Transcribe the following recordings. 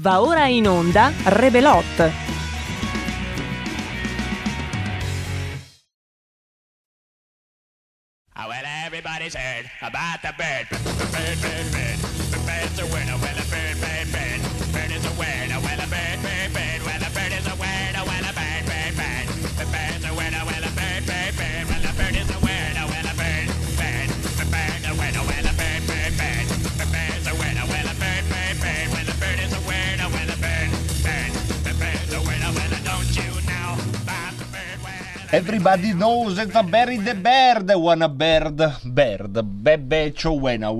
Va ora in onda Rebelot. Well, everybody's heard about the bird. Bird, bird, bird. The bird's a winner. Well, a bird, bird, bird. Bird is a winner. Well, a bird, bird, bird. Well, a bird is a winner. Well, a bird, bird, bird. The bird's a winner. Well, a bird, bird, bird. Well, a bird is a winner. Well, a bird, bird. The bird's a winner. Well, a bird, bird, bird. The bird's a winner. Well, a bird, bird, bird. Well, a bird is a winner. Well, a bird, bird. The bird's a winner. Well, don't you know about the bird? Well, everybody knows it's a bury the bird. Wanna bird. Bebecho wena.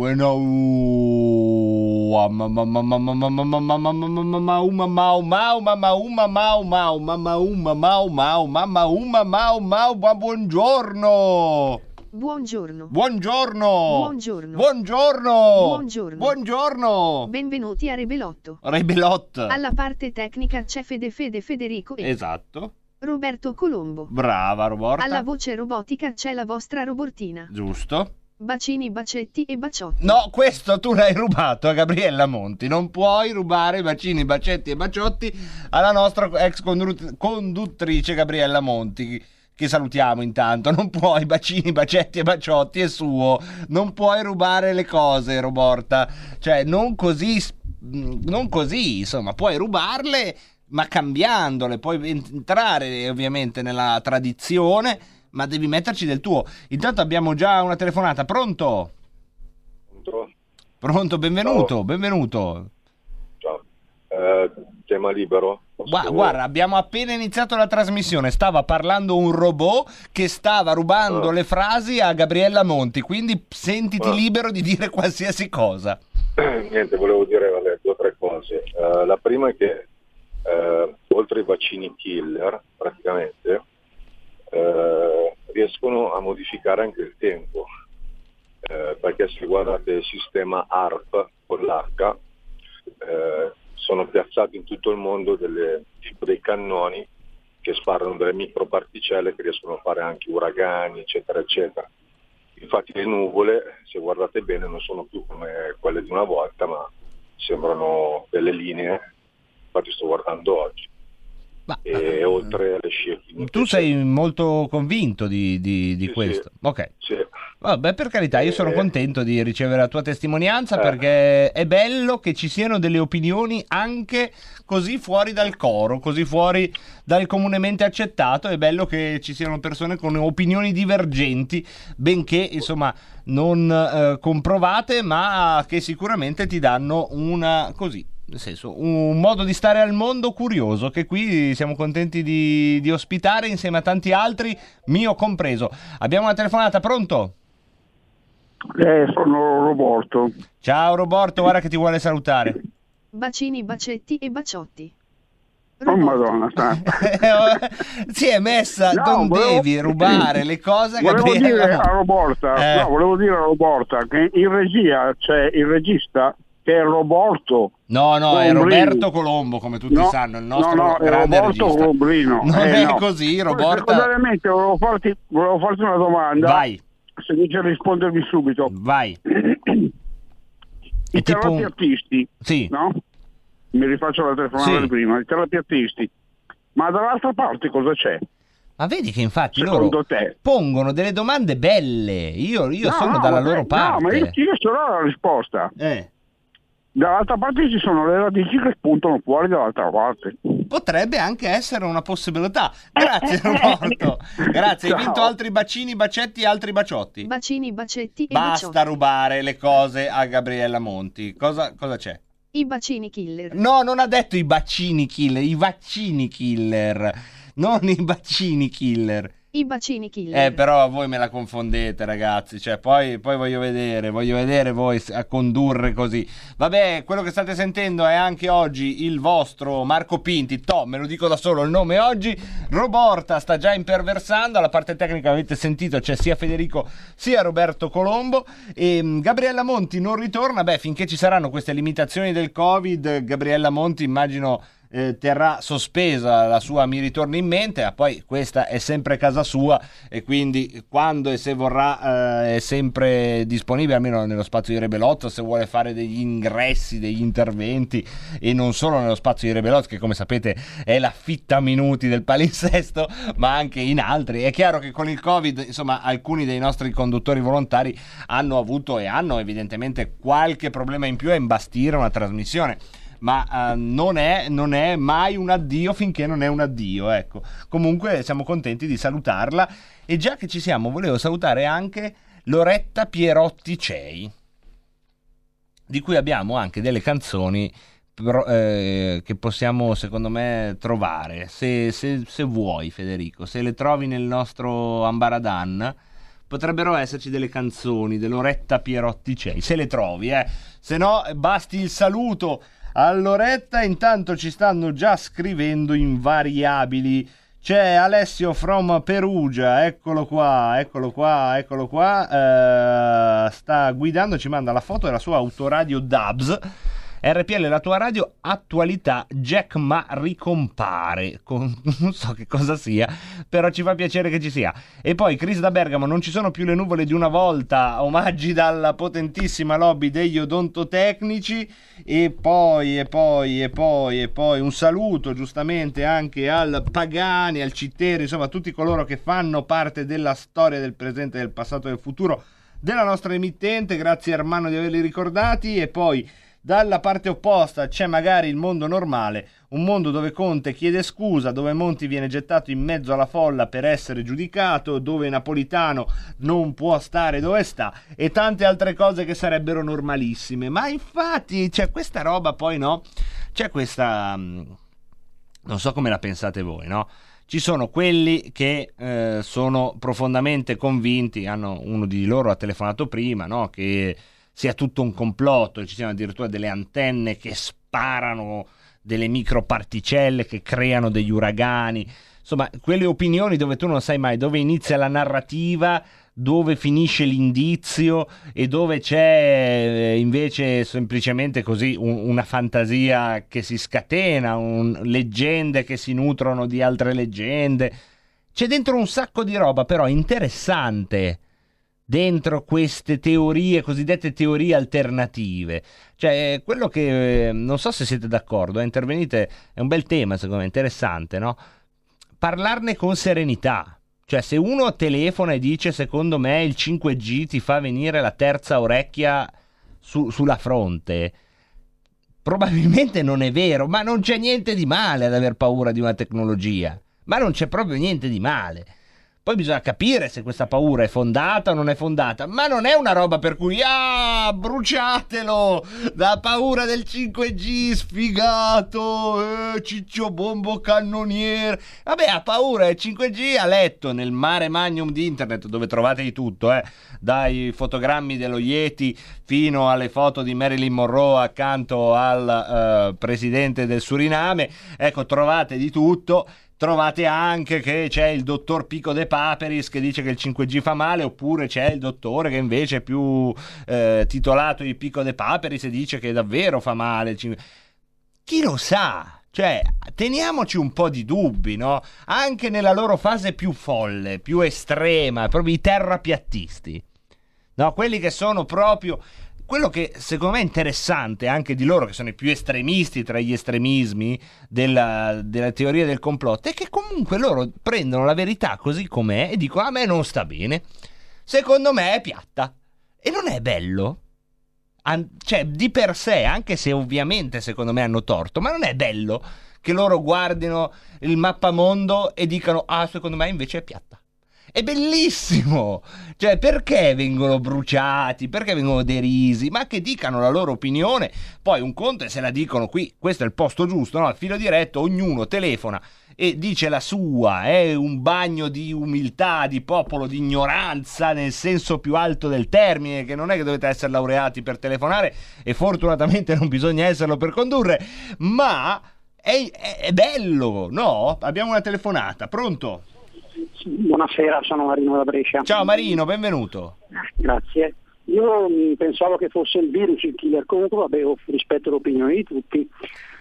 Buongiorno. Buongiorno. Buongiorno. Buongiorno. Buongiorno. Buongiorno. Buongiorno. Benvenuti a Rebelotto. Rebelot. Alla parte tecnica c'è Federico e Esatto. Roberto Colombo. Brava Roborta. Alla voce robotica c'è la vostra robortina. Giusto. Bacini, bacetti e baciotti. No, questo tu l'hai rubato a Gabriella Monti. Non puoi rubare bacini, bacetti e baciotti alla nostra ex conduttrice Gabriella Monti, che salutiamo intanto. Non puoi bacini, bacetti e baciotti, è suo. Non puoi rubare le cose, Roborta. Cioè, non così, insomma, puoi rubarle, ma cambiandole. Puoi entrare ovviamente nella tradizione, ma devi metterci del tuo. Intanto abbiamo già una telefonata. Pronto? Pronto, benvenuto. Ciao. Benvenuto. Ciao. Tema libero? Guarda, abbiamo appena iniziato la trasmissione. Stava parlando un robot che stava rubando le frasi a Gabriella Monti, quindi sentiti libero di dire qualsiasi cosa. Niente, volevo dire 2 o 3 cose. La prima è che oltre ai vaccini killer, praticamente, riescono a modificare anche il tempo, perché se guardate il sistema ARP con l'H, sono piazzati in tutto il mondo tipo dei cannoni che sparano delle microparticelle che riescono a fare anche uragani, eccetera, eccetera. Infatti le nuvole, se guardate bene, non sono più come quelle di una volta, ma sembrano delle linee. Infatti sto guardando oggi. E oltre alle scie chimiche. Tu sei molto convinto di Sì, questo? sì. Ok. Sì. Vabbè, per carità, io sono contento di ricevere la tua testimonianza, perché è bello che ci siano delle opinioni anche così fuori dal coro, così fuori dal comunemente accettato. È bello che ci siano persone con opinioni divergenti, benché insomma non comprovate, ma che sicuramente ti danno una così, nel senso, un modo di stare al mondo curioso, che qui siamo contenti di ospitare insieme a tanti altri, mio compreso. Abbiamo una telefonata. Pronto? Sono Roberto. Ciao Roberto, guarda che ti vuole salutare. Bacini, bacetti e baciotti. Oh Madonna, Si è messa, No, non volevo- devi rubare le cose a volevo Gabriella dire a Monti. Roberta, volevo dire a Roberta che in regia c'è il regista che è Roberto. No, è Colombrino. Roberto Colombo, come tutti sanno, il nostro è grande Roberto regista. Colombrino. Non è no. così, Poi, Roberta. secondariamente volevo farti una domanda. Vai, Se riesci a rispondermi subito. vai. I È tipo un- terapiattisti, Sì. no? Mi rifaccio la telefonata Sì. di prima. I terapiattisti. Ma dall'altra parte cosa c'è? Ma vedi che infatti Secondo loro te? pongono delle domande belle. Io sono dalla loro parte. No, ma io ce l'ho la risposta. Dall'altra parte ci sono le radici che spuntano fuori dall'altra parte. Potrebbe anche essere una possibilità. Grazie Roberto. Grazie, hai Ciao. vinto altri bacini, bacetti e altri baciotti. Bacini, bacetti e Basta baciotti. rubare le cose a Gabriella Monti. Cosa c'è? I bacini killer. No, non ha detto i bacini killer, i vaccini killer, non i bacini killer. I bacini killer. Però voi me la confondete, ragazzi. Cioè, poi voglio vedere voi a condurre così. Vabbè, quello che state sentendo è anche oggi il vostro Marco Pinti. Me lo dico da solo il nome oggi. Roborta sta già imperversando. Alla parte tecnica avete sentito, c'è sia Federico sia Roberto Colombo. E Gabriella Monti non ritorna. Finché ci saranno queste limitazioni del Covid, Gabriella Monti immagino terrà sospesa la sua Mi ritorni in mente, ma poi questa è sempre casa sua e quindi quando e se vorrà è sempre disponibile, almeno nello spazio di Rebelotto, se vuole fare degli ingressi, degli interventi, e non solo nello spazio di Rebelotto, che come sapete è la fitta minuti del palinsesto, ma anche in altri. È chiaro che con il Covid, insomma, alcuni dei nostri conduttori volontari hanno avuto e hanno evidentemente qualche problema in più a imbastire una trasmissione, ma non è mai un addio finché non è un addio, ecco. Comunque siamo contenti di salutarla, e già che ci siamo volevo salutare anche Loretta Pierotti Cei, di cui abbiamo anche delle canzoni che possiamo secondo me trovare, se vuoi Federico, se le trovi nel nostro Ambaradan potrebbero esserci delle canzoni di Loretta Pierotti Cei, se le trovi, se no basti il saluto a Loretta. Intanto ci stanno già scrivendo invariabili. C'è Alessio from Perugia, eccolo qua, sta guidando, ci manda la foto della sua autoradio Dubs. RPL, la tua radio, attualità, Jack Ma ricompare, non so che cosa sia, però ci fa piacere che ci sia. E poi Chris da Bergamo, non ci sono più le nuvole di una volta, omaggi dalla potentissima lobby degli odontotecnici. E poi un saluto giustamente anche al Pagani, al Citteri, insomma tutti coloro che fanno parte della storia del presente, del passato e del futuro della nostra emittente. Grazie Armando di averli ricordati. E poi dalla parte opposta c'è magari il mondo normale, un mondo dove Conte chiede scusa, dove Monti viene gettato in mezzo alla folla per essere giudicato, dove Napolitano non può stare dove sta, e tante altre cose che sarebbero normalissime. Ma infatti c'è questa roba, poi no? C'è questa... non so come la pensate voi, no? Ci sono quelli che sono profondamente convinti, uno di loro ha telefonato prima, no? Che sia tutto un complotto, ci siano addirittura delle antenne che sparano delle microparticelle che creano degli uragani, insomma quelle opinioni dove tu non sai mai dove inizia la narrativa, dove finisce l'indizio e dove c'è invece semplicemente così una fantasia che si scatena, leggende che si nutrono di altre leggende. C'è dentro un sacco di roba però interessante dentro queste teorie, cosiddette teorie alternative. Cioè, quello che non so se siete d'accordo, intervenite, è un bel tema, secondo me, interessante, no? Parlarne con serenità. Cioè, se uno telefona e dice, secondo me il 5G ti fa venire la terza orecchia sulla fronte, probabilmente non è vero, ma non c'è niente di male ad aver paura di una tecnologia. Ma non c'è proprio niente di male. Poi bisogna capire se questa paura è fondata o non è fondata, ma non è una roba per cui bruciatelo, la paura del 5G, sfigato, ciccio bombo cannoniere. Vabbè, ha paura del 5G, ha letto nel mare magnum di internet, dove trovate di tutto, dai fotogrammi dello Yeti fino alle foto di Marilyn Monroe accanto al presidente del Suriname, ecco, trovate di tutto. Trovate anche che c'è il dottor Pico de Paperis che dice che il 5G fa male, oppure c'è il dottore che invece è più titolato di Pico de Paperis e dice che davvero fa male. Chi lo sa? Cioè, teniamoci un po' di dubbi, no? Anche nella loro fase più folle, più estrema, proprio i terrapiattisti, no? Quelli che sono proprio... Quello che secondo me è interessante anche di loro, che sono i più estremisti tra gli estremismi della teoria del complotto, è che comunque loro prendono la verità così com'è e dicono: a me non sta bene, secondo me è piatta. E non è bello? Cioè, di per sé, anche se ovviamente secondo me hanno torto, ma non è bello che loro guardino il mappamondo e dicano: secondo me invece è piatta. È bellissimo! Cioè, perché vengono bruciati? Perché vengono derisi? Ma che dicano la loro opinione. Poi un conto è se la dicono qui, questo è il posto giusto, no? Al filo diretto ognuno telefona e dice la sua. È un bagno di umiltà, di popolo, di ignoranza nel senso più alto del termine, che non è che dovete essere laureati per telefonare e fortunatamente non bisogna esserlo per condurre, ma è bello, no? Abbiamo una telefonata, pronto? Buonasera, sono Marino da Brescia. Ciao Marino, benvenuto. Grazie. Io pensavo che fosse il virus il killer, comunque vabbè, rispetto all'opinione di tutti.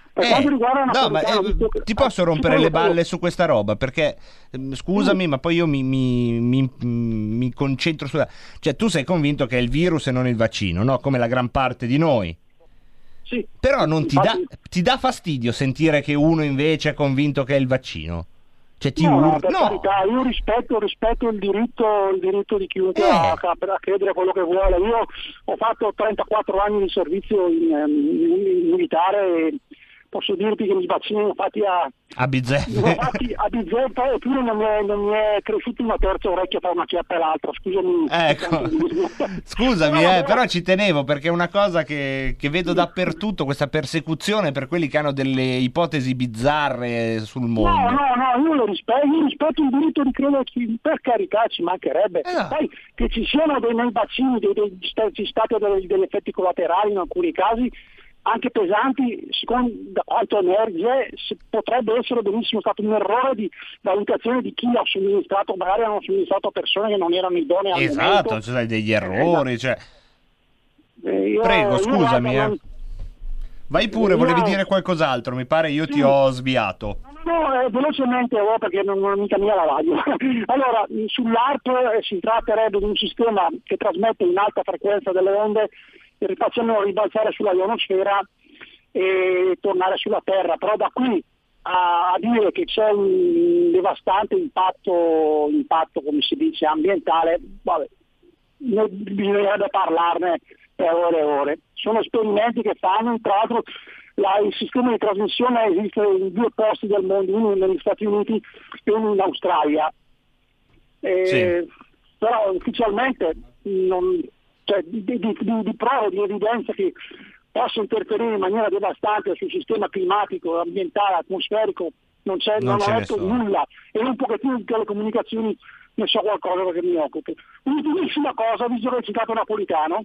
Per quanto riguarda no, ma ti posso rompere le balle su questa roba, perché scusami, ma poi io mi concentro sulla... Cioè, tu sei convinto che è il virus e non il vaccino, no? Come la gran parte di noi. Sì. Però non ti dà fastidio sentire che uno invece è convinto che è il vaccino? Cioè, per carità, io rispetto il diritto di chiunque a credere quello che vuole. Io ho fatto 34 anni di servizio in militare e posso dirti che i vaccini li ho fatti a bizzeffe, eppure non mi è cresciuta una terza orecchia tra una chiappa e l'altra, scusami. Ecco, scusami, però ci tenevo, perché è una cosa che vedo dappertutto, questa persecuzione per quelli che hanno delle ipotesi bizzarre sul mondo. No, io rispetto il diritto di credere, per carità, ci mancherebbe. Poi che ci siano nei vaccini ci stati degli effetti collaterali in alcuni casi, anche pesanti, secondo da quanto emerge, potrebbe essere benissimo stato un errore di valutazione di chi ha somministrato, magari hanno somministrato persone che non erano idonee al momento. Esatto, cioè degli errori, Prego, scusami. Vai pure, volevi dire qualcos'altro, mi pare io ti ho sviato. No, velocemente, perché non è mica mia la radio. Allora, sull'ARP si tratterebbe di un sistema che trasmette in alta frequenza delle onde e facciamo ribalzare sulla ionosfera e tornare sulla Terra, però da qui a dire che c'è un devastante impatto, come si dice, ambientale, vabbè, bisognerebbe parlarne per ore e ore. Sono esperimenti che fanno, tra l'altro il sistema di trasmissione esiste in 2 posti del mondo, uno negli Stati Uniti e uno in Australia. Però ufficialmente di prove, di evidenza che possa interferire in maniera devastante sul sistema climatico, ambientale, atmosferico, non ho detto nulla, e un pochettino di telecomunicazioni ne so qualcosa perché mi occupo. Un'ultimissima cosa, visto che hai citato Napolitano,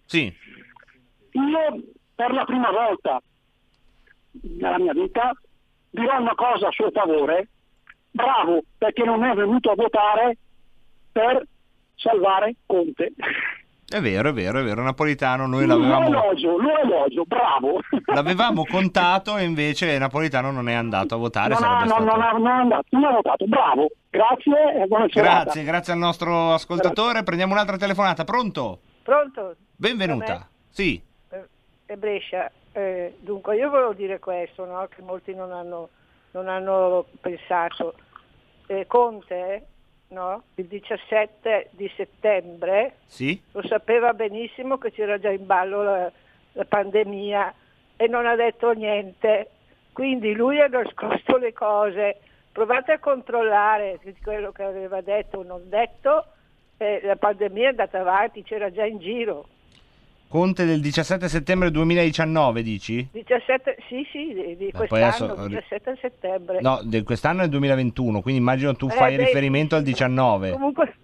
io per la prima volta nella mia vita dirò una cosa a suo favore: bravo, perché non è venuto a votare per salvare Conte. È vero, Napolitano noi l'avevamo... Lo elogio, bravo. L'avevamo contato e invece Napolitano non è andato a votare. Non ha votato, bravo. Grazie e buona serata. Grazie al nostro ascoltatore. Grazie. Prendiamo un'altra telefonata. Pronto? Benvenuta. Sì. È Brescia. Dunque io volevo dire questo, no? Che molti non hanno pensato. Conte... No? Il 17 di settembre lo sapeva benissimo che c'era già in ballo la pandemia e non ha detto niente, quindi lui ha nascosto le cose. Provate a controllare quello che aveva detto o non detto, la pandemia è andata avanti, c'era già in giro. Conte del 17 settembre 2019, dici? 17, sì, di quest'anno, 17 settembre. No, di quest'anno è il 2021, quindi immagino tu fai riferimento al 19. Comunque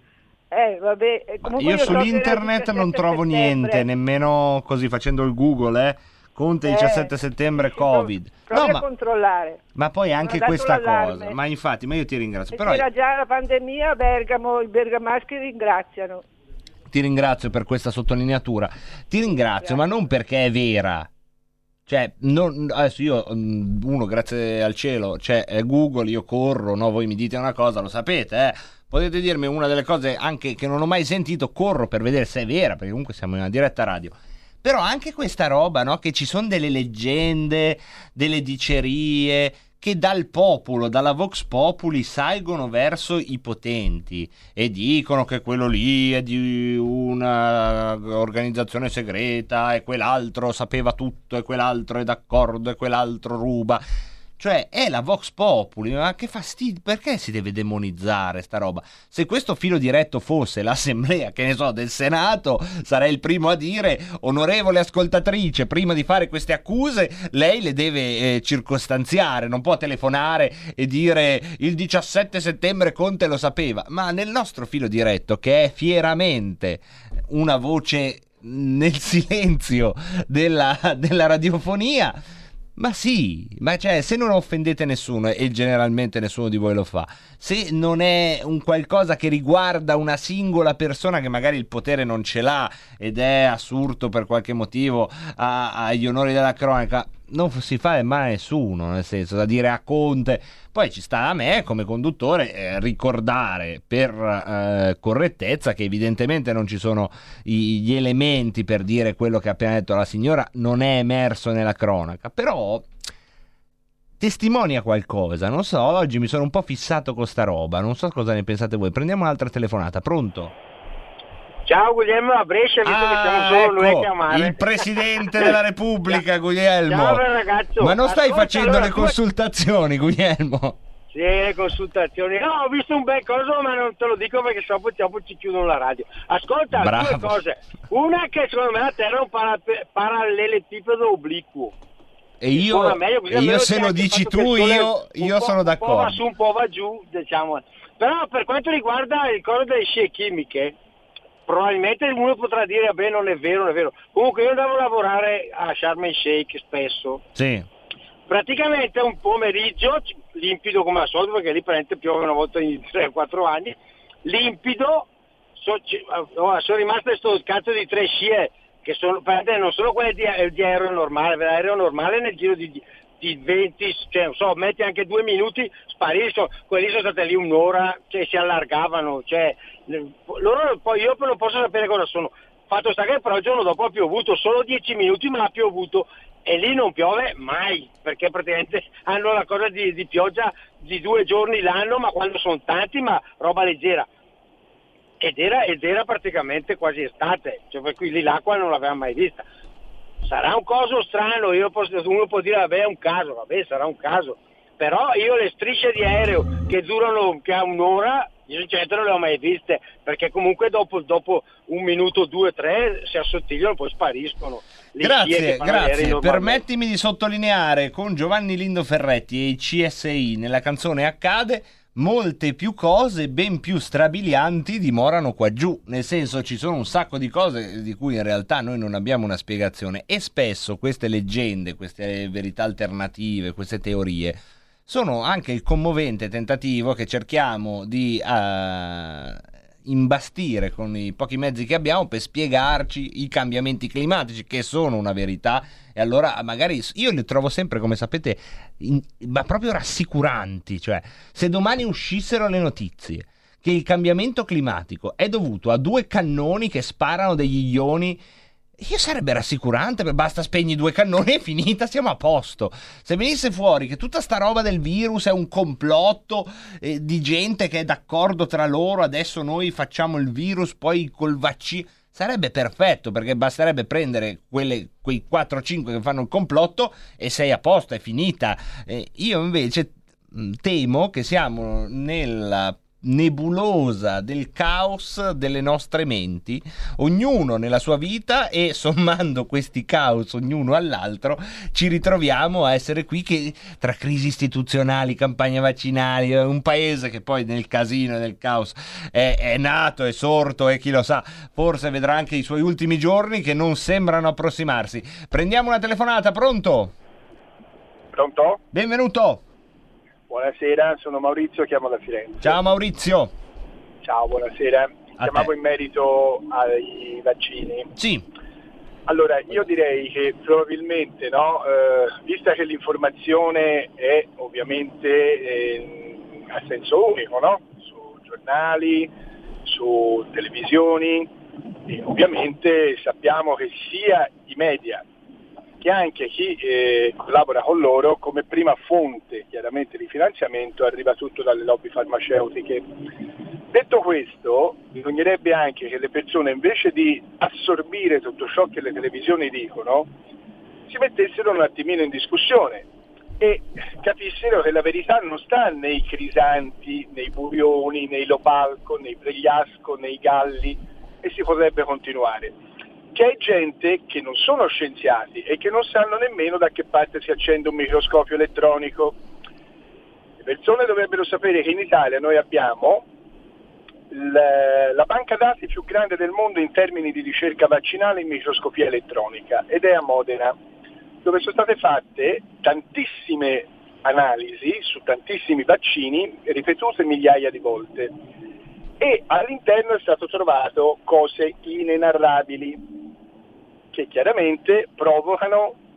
io sull'internet non trovo niente, nemmeno così facendo il Google, Conte 17 settembre Covid. Provi a controllare. Ma poi anche questa cosa, ma infatti, io ti ringrazio. Però c'era già la pandemia a Bergamo, i bergamaschi ringraziano. Ti ringrazio per questa sottolineatura. Ti ringrazio, ma non perché è vera. Cioè, adesso io, grazie al cielo, c'è Google, io corro, no? Voi mi dite una cosa, lo sapete, Potete dirmi una delle cose anche che non ho mai sentito, corro per vedere se è vera, perché comunque siamo in una diretta radio. Però anche questa roba, no? Che ci sono delle leggende, delle dicerie che dal popolo, dalla Vox Populi salgono verso i potenti e dicono che quello lì è di una organizzazione segreta e quell'altro sapeva tutto e quell'altro è d'accordo e quell'altro ruba. Cioè è la Vox Populi, ma che fastidio, perché si deve demonizzare sta roba? Se questo filo diretto fosse l'assemblea, che ne so, del Senato, sarei il primo a dire: onorevole ascoltatrice, prima di fare queste accuse lei le deve circostanziare, non può telefonare e dire il 17 settembre Conte lo sapeva. Ma nel nostro filo diretto, che è fieramente una voce nel silenzio della radiofonia, ma sì, ma cioè, se non offendete nessuno, e generalmente nessuno di voi lo fa, se non è un qualcosa che riguarda una singola persona che magari il potere non ce l'ha ed è assurdo per qualche motivo agli onori della cronaca, non si fa mai a nessuno, nel senso, da dire a Conte. Poi ci sta a me come conduttore ricordare per correttezza che evidentemente non ci sono gli elementi per dire quello che ha appena detto la signora, non è emerso nella cronaca, però testimonia qualcosa. Non so, oggi mi sono un po' fissato con sta roba, non so cosa ne pensate voi. Prendiamo un'altra telefonata. Pronto? Ciao Guglielmo a Brescia, visto che siamo solo noi a chiamare. Il Presidente della Repubblica, Guglielmo. Ciao ragazzo. Ma non stai facendo le consultazioni, Guglielmo? Sì, le consultazioni. No, ho visto un bel coso, ma non te lo dico perché dopo ci chiudono la radio. Ascolta, bravo. Due cose. Una che secondo me la Terra è un parallelepipedo obliquo. E io se lo dici tu, io sono d'accordo. Un po' va su, un po' va giù, diciamo. Però per quanto riguarda il coso delle scie chimiche, probabilmente uno potrà dire, vabbè, non è vero, non è vero. Comunque io andavo a lavorare a Sharm el Sheikh spesso. Sì. Praticamente un pomeriggio, limpido come al solito, perché lì praticamente piove una volta in 3-4 anni, limpido, sono rimaste sto cazzo di 3 scie, che non sono quelle di aereo normale, l'aereo normale nel giro di 20, cioè, non so, metti anche 2 minuti, spariscono, quelli sono state lì un'ora, cioè si allargavano, cioè, loro poi io non posso sapere cosa sono. Fatto sta che però il giorno dopo ha piovuto, solo 10 minuti ma ha piovuto, e lì non piove mai, perché praticamente hanno la cosa di pioggia di 2 giorni l'anno, ma quando sono tanti, ma roba leggera. Ed era praticamente quasi estate, cioè per cui lì l'acqua non l'aveva mai vista. Sarà un coso strano, uno può dire vabbè è un caso, vabbè sarà un caso, però io le strisce di aereo che durano che ha un'ora, io sinceramente non le ho mai viste, perché comunque dopo 1 minuto, 2, 3 si assottigliano, poi spariscono. Grazie. Permettimi di sottolineare con Giovanni Lindo Ferretti e i CSI nella canzone Accade, molte più cose ben più strabilianti dimorano qua giù, nel senso ci sono un sacco di cose di cui in realtà noi non abbiamo una spiegazione, e spesso queste leggende, queste verità alternative, queste teorie sono anche il commovente tentativo che cerchiamo di imbastire con i pochi mezzi che abbiamo per spiegarci i cambiamenti climatici, che sono una verità. E allora magari io li trovo sempre, come sapete, ma proprio rassicuranti. Cioè, se domani uscissero le notizie che il cambiamento climatico è dovuto a 2 cannoni che sparano degli ioni, io sarebbe rassicurante, basta spegni 2 cannoni e finita, siamo a posto. Se venisse fuori che tutta sta roba del virus è un complotto di gente che è d'accordo tra loro, adesso noi facciamo il virus, poi col vaccino, sarebbe perfetto, perché basterebbe prendere quei 4-5 che fanno il complotto e sei a posto, è finita. Io invece temo che siamo nella nebulosa del caos delle nostre menti, ognuno nella sua vita, e sommando questi caos ognuno all'altro ci ritroviamo a essere qui che tra crisi istituzionali, campagne vaccinali, un paese che poi nel casino e nel caos è nato, è sorto, e chi lo sa, forse vedrà anche i suoi ultimi giorni che non sembrano approssimarsi. Prendiamo una telefonata. Pronto? Pronto? Benvenuto. Buonasera, sono Maurizio, chiamo da Firenze. Ciao Maurizio. Ciao, buonasera. Chiamavo in merito ai vaccini. Sì. Allora, io direi che probabilmente, vista che l'informazione è ovviamente a senso unico, no? Su giornali, su televisioni, e ovviamente sappiamo che sia i media che anche chi collabora con loro, come prima fonte chiaramente di finanziamento arriva tutto dalle lobby farmaceutiche. Detto questo, bisognerebbe anche che le persone, invece di assorbire tutto ciò che le televisioni dicono, si mettessero un attimino in discussione e capissero che la verità non sta nei Crisanti, nei Burioni, nei Lopalco, nei Pregliasco, nei Galli, e si potrebbe continuare. C'è gente che non sono scienziati e che non sanno nemmeno da che parte si accende un microscopio elettronico. Le persone dovrebbero sapere che in Italia noi abbiamo la banca dati più grande del mondo in termini di ricerca vaccinale in microscopia elettronica, ed è a Modena, dove sono state fatte tantissime analisi su tantissimi vaccini, ripetute migliaia di volte, e all'interno è stato trovato cose inenarrabili che chiaramente provocano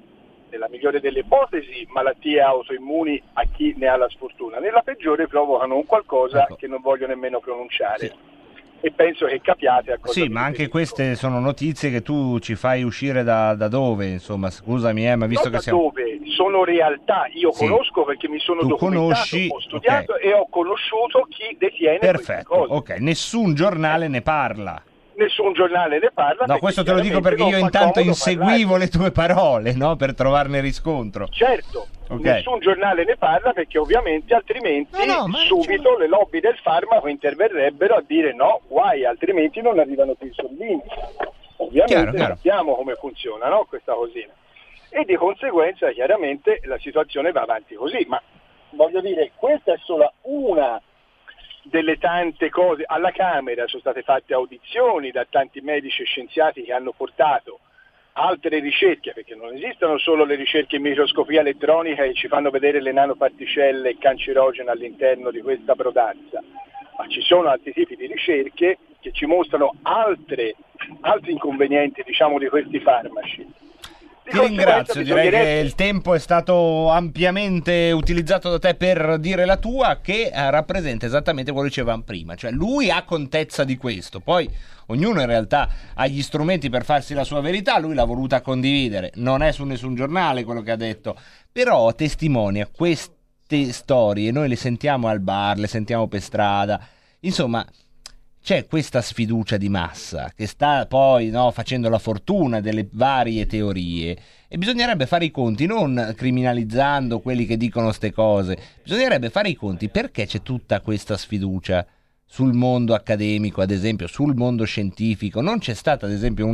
nella migliore delle ipotesi, malattie autoimmuni a chi ne ha la sfortuna, nella peggiore provocano un qualcosa che non voglio nemmeno pronunciare. Sì. E penso che capiate a cosa. Sì, ma anche queste sono notizie che tu ci fai uscire da dove, insomma, scusami, ma visto non che siamo... dove, sono realtà, io conosco perché mi sono documentato, ho studiato e ho conosciuto chi detiene queste cose. Ok, nessun giornale ne parla. Nessun giornale ne parla. No, questo te lo dico perché io intanto inseguivo le tue parole, no? Per trovarne riscontro. Certo, nessun giornale ne parla perché ovviamente altrimenti subito le lobby del farmaco interverrebbero a dire no, guai, altrimenti non arrivano più i soldini. Ovviamente sappiamo come funziona, no? Questa cosina. E di conseguenza chiaramente la situazione va avanti così, ma voglio dire, questa è solo una delle tante cose. Alla Camera sono state fatte audizioni da tanti medici e scienziati che hanno portato altre ricerche, perché non esistono solo le ricerche in microscopia elettronica che ci fanno vedere le nanoparticelle cancerogene all'interno di questa prodazza, ma ci sono altri tipi di ricerche che ci mostrano altri inconvenienti, diciamo, di questi farmaci. Ti ringrazio, direi che il tempo è stato ampiamente utilizzato da te per dire la tua, che rappresenta esattamente quello che dicevamo prima, cioè lui ha contezza di questo, poi ognuno in realtà ha gli strumenti per farsi la sua verità, lui l'ha voluta condividere, non è su nessun giornale quello che ha detto, però testimonia queste storie, noi le sentiamo al bar, le sentiamo per strada, insomma... C'è questa sfiducia di massa che sta poi facendo la fortuna delle varie teorie e bisognerebbe fare i conti, non criminalizzando quelli che dicono ste cose, bisognerebbe fare i conti perché c'è tutta questa sfiducia sul mondo accademico, ad esempio, sul mondo scientifico. Non c'è stata, ad esempio,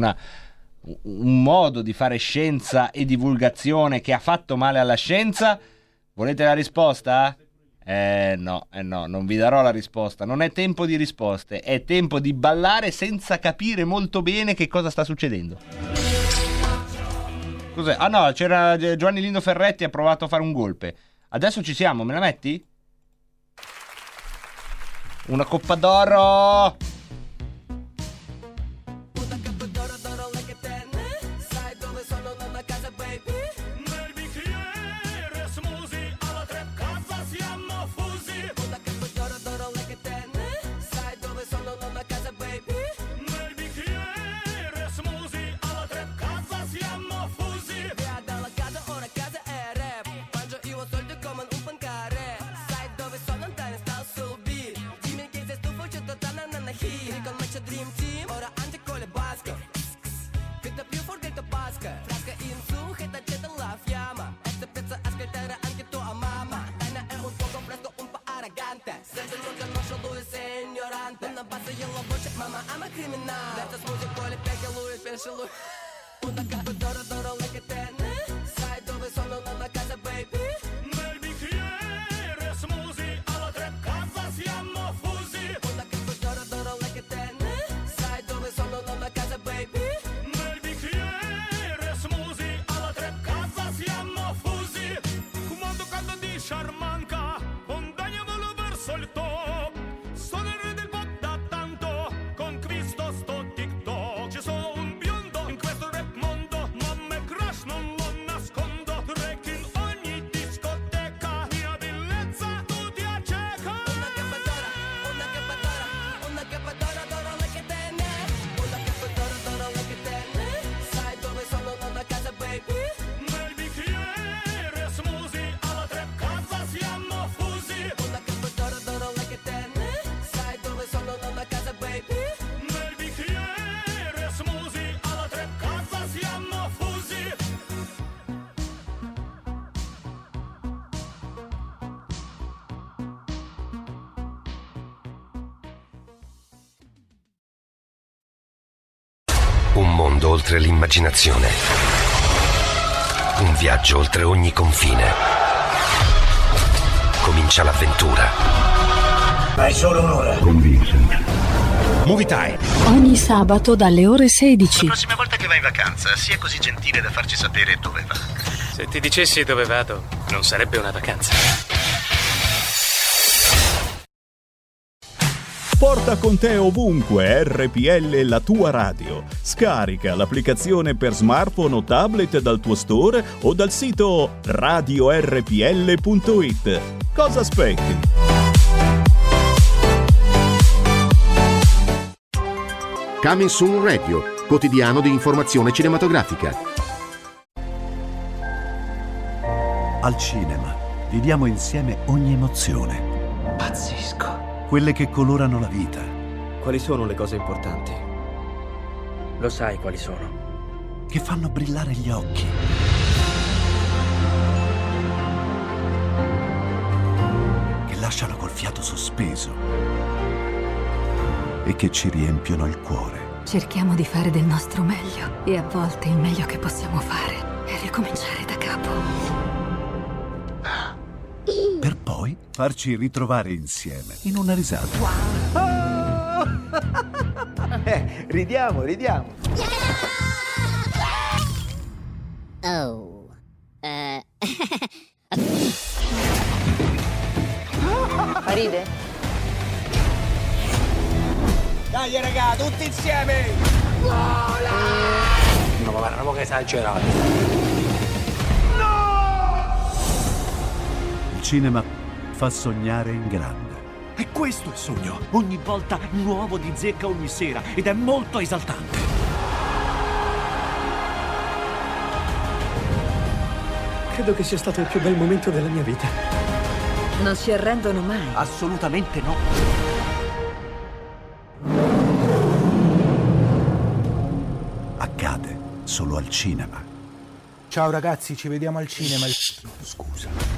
un modo di fare scienza e divulgazione che ha fatto male alla scienza? Volete la risposta? No, non vi darò la risposta. Non è tempo di risposte, è tempo di ballare senza capire molto bene che cosa sta succedendo. Cos'è? Ah no, c'era Giovanni Lindo Ferretti, ha provato a fare un golpe. Adesso ci siamo, me la metti? Una coppa d'oro! Una capa d'oro d'oro like te, sai dove sono nonna casa baby? Nel bicchiere smusi, alla tre casa siamo fusi. Una capa d'oro d'oro like te, sai dove sono nonna casa baby? Nel bicchiere smusi, alla tre casa siamo fusi. Comando caldo di Sciarmanca, condagliamolo verso il top. Sono il re del pop da tanto, conquisto sto TikTok. Ci sono un biondo in questo rap mondo, ma me crush non lo nascondo. Drake in ogni discoteca, mia bellezza tu ti acceca. Una capa d'oro like te, una capa d'oro like te, sai dove sono nonna casa baby? Nel bicchiere smusi, alla tre casa siamo fusi. Una capa d'oro like te, sai dove sono nonna casa baby? Nel bicchiere smusi, alla tre casa siamo fusi. Un mondo oltre l'immaginazione. Un viaggio oltre ogni confine. Comincia l'avventura. Hai solo un'ora. Con Vincent. Movie Time. Ogni sabato dalle ore 16. La prossima volta che vai in vacanza, sia così gentile da farci sapere dove va. Se ti dicessi dove vado, non sarebbe una vacanza. Porta con te ovunque RPL, la tua radio. Scarica l'applicazione per smartphone o tablet dal tuo store o dal sito radiorpl.it. Cosa aspetti? Coming Soon Radio, quotidiano di informazione cinematografica. Al cinema viviamo insieme ogni emozione. Pazzesco. Quelle che colorano la vita. Quali sono le cose importanti? Lo sai quali sono? Che fanno brillare gli occhi. Che lasciano col fiato sospeso. E che ci riempiono il cuore. Cerchiamo di fare del nostro meglio e a volte il meglio che possiamo fare è ricominciare da capo. Per poi farci ritrovare insieme in una risata. Ridiamo. Oh. Ride? Dai raga, tutti insieme! Vola! No, ma non che esagerato. Il cinema fa sognare in grande. E questo è il sogno. Ogni volta nuovo di zecca ogni sera ed è molto esaltante. Credo che sia stato il più bel momento della mia vita. Non si arrendono mai. Assolutamente no. Accade solo al cinema. Ciao ragazzi, ci vediamo al cinema. Scusa.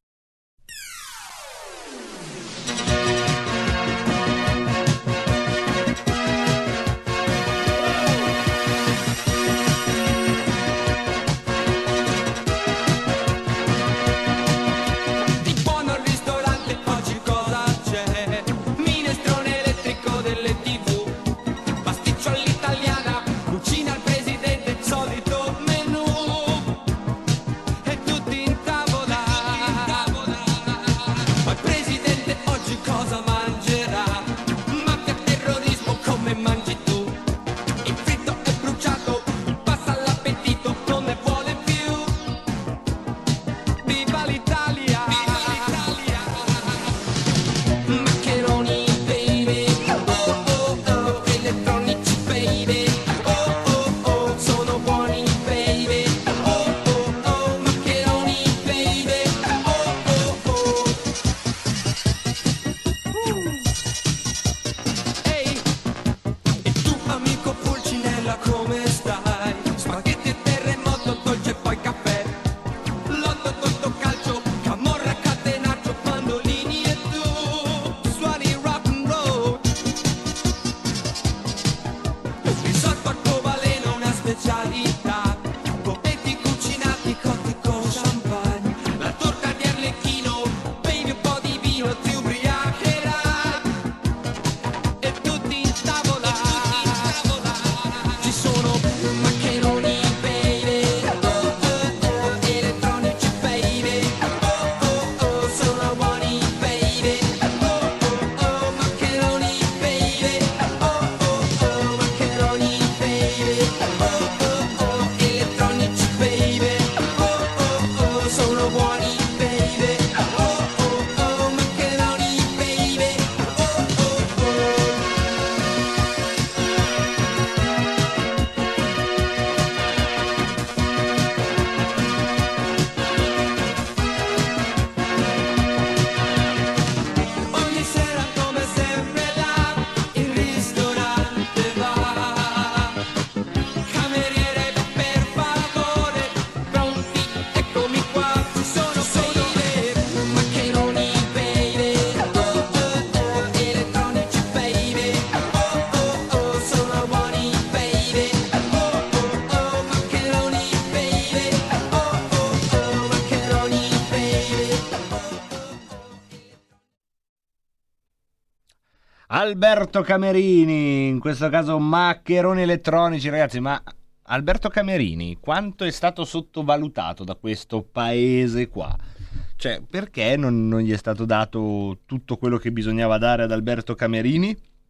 Alberto Camerini, in questo caso maccheroni elettronici, ragazzi, ma Alberto Camerini quanto è stato sottovalutato da questo paese qua? Cioè, perché non gli è stato dato tutto quello che bisognava dare ad Alberto Camerini?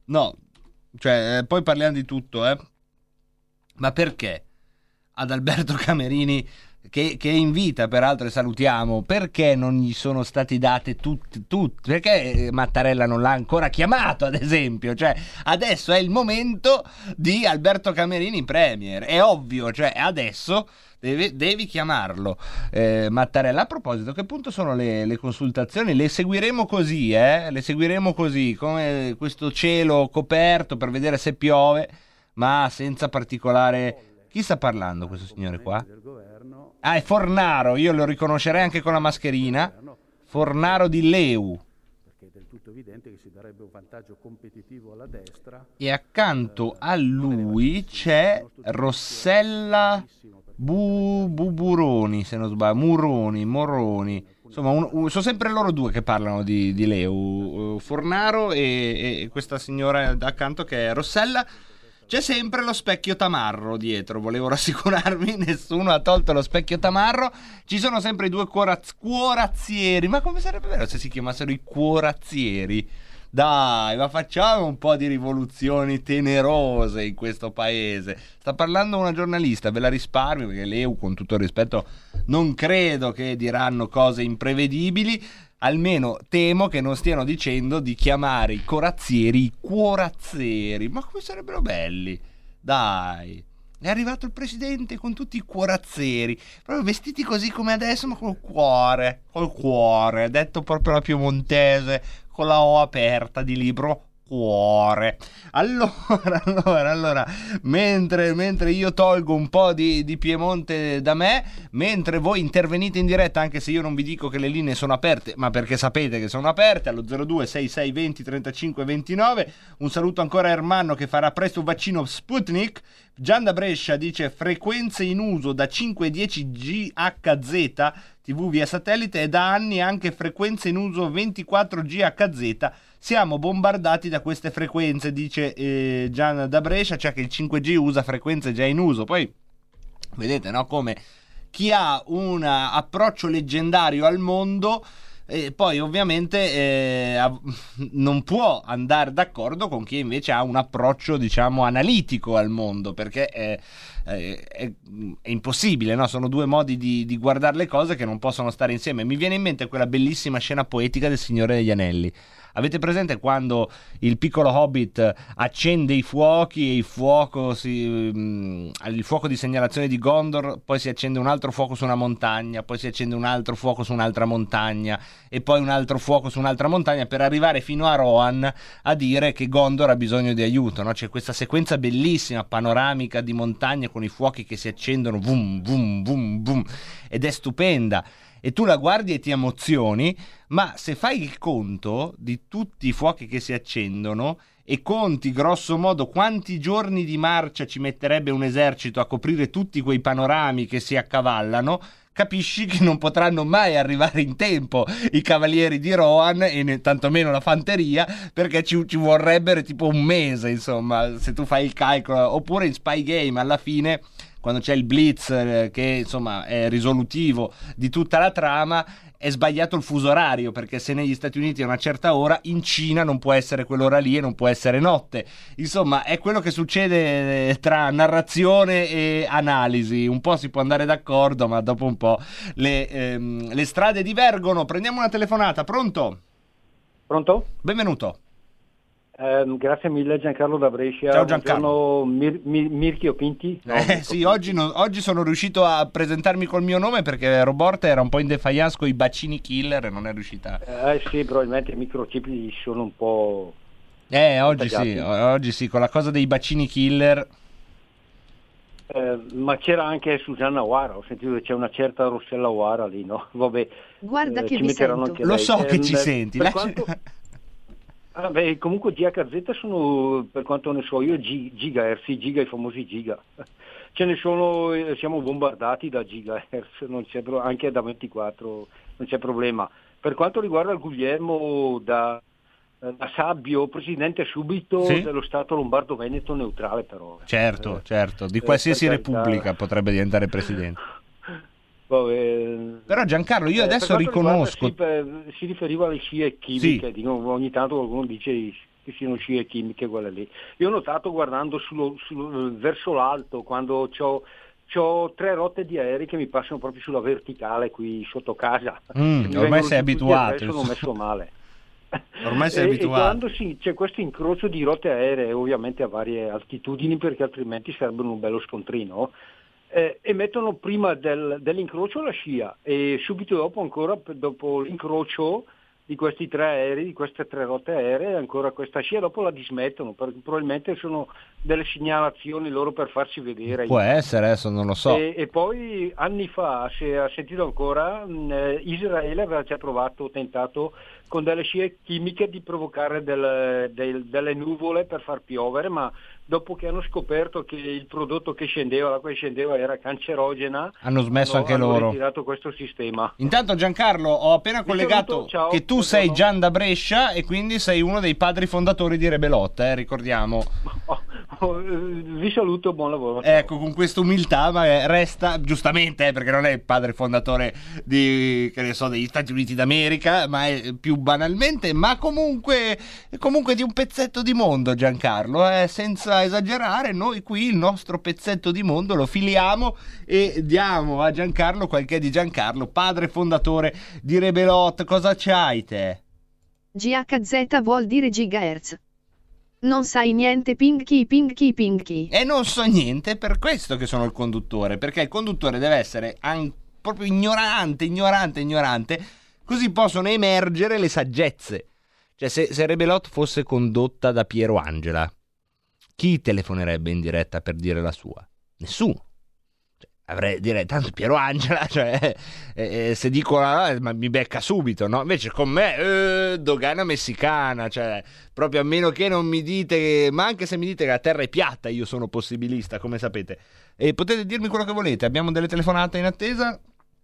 No, cioè, poi parliamo di tutto, ma perché ad Alberto Camerini, che è in vita peraltro e salutiamo, perché non gli sono stati date tutte? Perché Mattarella non l'ha ancora chiamato, ad esempio? Cioè, adesso è il momento di Alberto Camerini premier, è ovvio, cioè adesso devi chiamarlo. Mattarella, a proposito, che punto sono le consultazioni? Le seguiremo così, le seguiremo così, come questo cielo coperto per vedere se piove, ma senza particolare... Chi sta parlando questo signore qua? Ah, è Fornaro, io lo riconoscerei anche con la mascherina. Fornaro di Leu. Perché è del tutto evidente che si darebbe un vantaggio competitivo alla destra. E accanto a lui c'è Rossella Buburoni, se non sbaglio, Moroni. Insomma, sono sempre loro due che parlano di Leu, Fornaro e questa signora accanto che è Rossella. C'è sempre lo specchio tamarro dietro, volevo rassicurarmi, nessuno ha tolto lo specchio tamarro, ci sono sempre i due cuorazzieri, ma come sarebbe vero se si chiamassero i cuorazzieri? Dai, ma facciamo un po' di rivoluzioni tenerose in questo paese. Sta parlando una giornalista, ve la risparmio perché Leu, con tutto il rispetto, non credo che diranno cose imprevedibili. Almeno temo che non stiano dicendo di chiamare i corazzieri i cuorazzeri. Ma come sarebbero belli? Dai, è arrivato il presidente con tutti i cuorazzeri, proprio vestiti così come adesso, ma col cuore, detto proprio la piemontese, con la O aperta di libro. Cuore. Allora, mentre io tolgo un po' di Piemonte da me, mentre voi intervenite in diretta, anche se io non vi dico che le linee sono aperte, ma perché sapete che sono aperte, allo 02 66 20 35 29. Un saluto ancora a Ermanno che farà presto un vaccino Sputnik. Gian da Brescia dice frequenze in uso da 5 e 10 GHz TV via satellite e da anni anche frequenze in uso 24 GHz. Siamo bombardati da queste frequenze, dice Gian da Brescia, cioè che il 5G usa frequenze già in uso. Poi vedete, no, come chi ha un approccio leggendario al mondo poi ovviamente non può andare d'accordo con chi invece ha un approccio, diciamo, analitico al mondo, perché è impossibile, no? Sono due modi di guardare le cose che non possono stare insieme. Mi viene in mente quella bellissima scena poetica del Signore degli Anelli. Avete presente quando il piccolo Hobbit accende i fuochi e il fuoco di segnalazione di Gondor, poi si accende un altro fuoco su una montagna, poi si accende un altro fuoco su un'altra montagna e poi un altro fuoco su un'altra montagna per arrivare fino a Rohan a dire che Gondor ha bisogno di aiuto, no? C'è questa sequenza bellissima panoramica di montagne con i fuochi che si accendono vum vum vum vum ed è stupenda. E tu la guardi e ti emozioni, ma se fai il conto di tutti i fuochi che si accendono e conti grosso modo quanti giorni di marcia ci metterebbe un esercito a coprire tutti quei panorami che si accavallano, capisci che non potranno mai arrivare in tempo i cavalieri di Rohan e tantomeno la fanteria, perché ci vorrebbero tipo un mese, insomma, se tu fai il calcolo. Oppure in Spy Game alla fine, quando c'è il blitz che insomma è risolutivo di tutta la trama, è sbagliato il fuso orario, perché se negli Stati Uniti è una certa ora, in Cina non può essere quell'ora lì e non può essere notte. Insomma, è quello che succede tra narrazione e analisi. Un po' si può andare d'accordo, ma dopo un po' le strade divergono. Prendiamo una telefonata. Pronto? Pronto? Benvenuto. Grazie mille, Giancarlo da Brescia. Ciao Giancarlo. Mirchio Pinti. No, sì, oggi sono riuscito a presentarmi col mio nome perché Roborta era un po' in defiance con i bacini killer e non è riuscita. Sì, probabilmente i microchip sono un po'... oggi sì, con la cosa dei bacini killer. Ma c'era anche Susanna Ouara, ho sentito che c'è una certa Rossella Ouara lì, no? Vabbè. Guarda che vi sento. Lo so che ci senti. Comunque GHz sono, per quanto ne so io, gigahertz, i famosi giga. Ce ne sono, siamo bombardati da gigahertz, anche da 24, non c'è problema. Per quanto riguarda il Guglielmo da Sabbio, presidente subito dello Stato Lombardo-Veneto neutrale, però. Certo, di qualsiasi repubblica potrebbe diventare presidente. Però Giancarlo, io adesso riconosco... Si riferiva alle scie chimiche, ogni tanto qualcuno dice che siano scie chimiche quelle lì. Io ho notato guardando verso l'alto, quando c'ho 3 rotte di aerei che mi passano proprio sulla verticale qui sotto casa. Ormai sei abituato. Sono messo male. Ormai sei abituato. E quando c'è questo incrocio di rotte aeree, ovviamente a varie altitudini, perché altrimenti sarebbe un bello scontrino, e mettono prima dell'incrocio la scia e subito dopo, ancora dopo l'incrocio di questi 3 aerei, di queste 3 rotte aeree, ancora questa scia, dopo la dismettono, perché probabilmente sono delle segnalazioni loro per farsi vedere. Può essere, adesso non lo so. E poi anni fa, se ha sentito ancora, Israele aveva già tentato con delle scie chimiche di provocare delle nuvole per far piovere, ma dopo che hanno scoperto che il prodotto che scendeva, l'acqua che scendeva era cancerogena, hanno smesso anche loro. Hanno ritirato questo sistema. Intanto Giancarlo, ho appena collegato che tu sei Gian da Brescia e quindi sei uno dei padri fondatori di Rebelot, ricordiamo. Vi saluto, buon lavoro. Ecco, con questa umiltà, ma resta giustamente, perché non è il padre fondatore degli Stati Uniti d'America, ma è più banalmente, ma comunque di un pezzetto di mondo, Giancarlo, senza esagerare. Noi qui il nostro pezzetto di mondo lo filiamo e diamo a Giancarlo quel che è di Giancarlo, padre fondatore di Rebelot. Cosa c'hai te? GHZ vuol dire gigahertz. Non sai niente, Pinky. E non so niente, per questo che sono il conduttore, perché il conduttore deve essere proprio ignorante, così possono emergere le saggezze. Cioè, se Rebelot fosse condotta da Piero Angela, chi telefonerebbe in diretta per dire la sua? Nessuno. Direi tanto Piero Angela, se dico ma mi becca subito, no? Invece con me dogana messicana, cioè proprio, a meno che non mi dite, ma anche se mi dite che la terra è piatta, io sono possibilista, come sapete, e potete dirmi quello che volete. Abbiamo delle telefonate in attesa,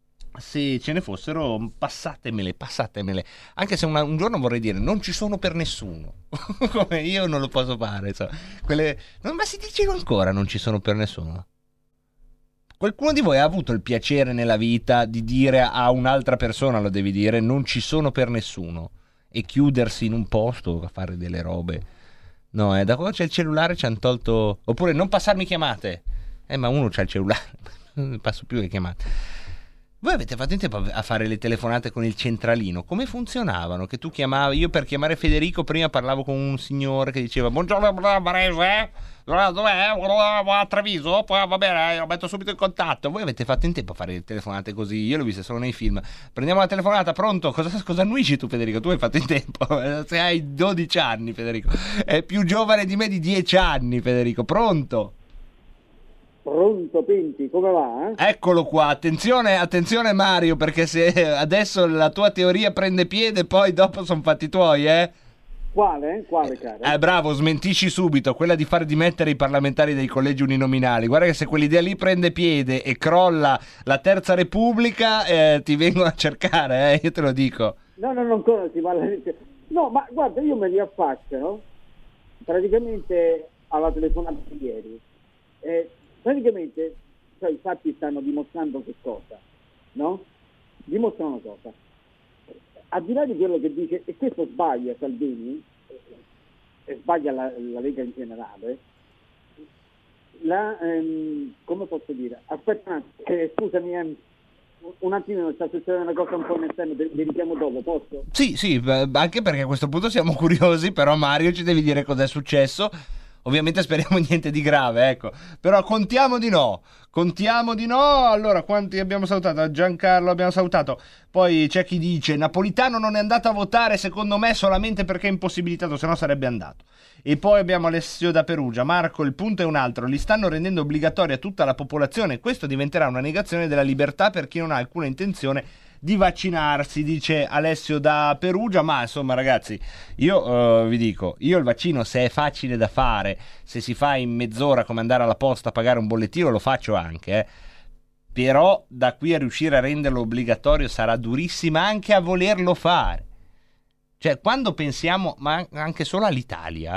se ce ne fossero passatemele, anche se un giorno vorrei dire non ci sono per nessuno come io non lo posso fare, ma si dice ancora non ci sono per nessuno. Qualcuno di voi ha avuto il piacere nella vita di dire a un'altra persona, lo devi dire, non ci sono per nessuno, e chiudersi in un posto a fare delle robe? No, da quando c'è il cellulare ci hanno tolto. Oppure non passarmi chiamate. Ma uno c'ha il cellulare, non passo più le chiamate. Voi avete fatto in tempo a fare le telefonate con il centralino? Come funzionavano? Che tu chiamavi, io per chiamare Federico prima parlavo con un signore che diceva buongiorno Varese, dov'è? A Treviso? Poi va bene, lo metto subito in contatto. Voi avete fatto in tempo a fare le telefonate così? Io l'ho vista solo nei film. Prendiamo la telefonata, pronto? Cosa annuisci tu, Federico? Tu hai fatto in tempo, se hai 12 anni, Federico. È più giovane di me di 10 anni, Federico. Pronto? Pronto, Pinti, come va? Eccolo qua, attenzione Mario, perché se adesso la tua teoria prende piede, poi dopo sono fatti tuoi, Quale, caro? Bravo, smentisci subito, quella di fare dimettere i parlamentari dei collegi uninominali. Guarda che se quell'idea lì prende piede e crolla la Terza Repubblica, ti vengono a cercare, io te lo dico. No, ancora si parla. No, ma guarda, io me li affaccio, no? Praticamente alla telefonata di ieri. Praticamente, i fatti stanno dimostrando che cosa, no? Dimostrano cosa? Al di là di quello che dice, e questo sbaglia Salvini, e sbaglia la Lega in generale, come posso dire? Aspetta, scusami, un attimo, sta succedendo una cosa un po' in esterno, vi richiamo dopo, posso? Sì, anche perché a questo punto siamo curiosi, però Mario ci devi dire cos'è successo. Ovviamente speriamo niente di grave, ecco. Però contiamo di no. Allora, quanti abbiamo salutato? Giancarlo abbiamo salutato. Poi c'è chi dice Napolitano non è andato a votare, secondo me solamente perché è impossibilitato, se no sarebbe andato. E poi abbiamo Alessio da Perugia. Marco, il punto è un altro, li stanno rendendo obbligatori a tutta la popolazione, questo diventerà una negazione della libertà per chi non ha alcuna intenzione di vaccinarsi, dice Alessio da Perugia. Ma insomma, ragazzi, io vi dico, io il vaccino, se è facile da fare, se si fa in mezz'ora come andare alla posta a pagare un bollettino, lo faccio anche, però da qui a riuscire a renderlo obbligatorio sarà durissima, anche a volerlo fare. Cioè, quando pensiamo, ma anche solo all'Italia,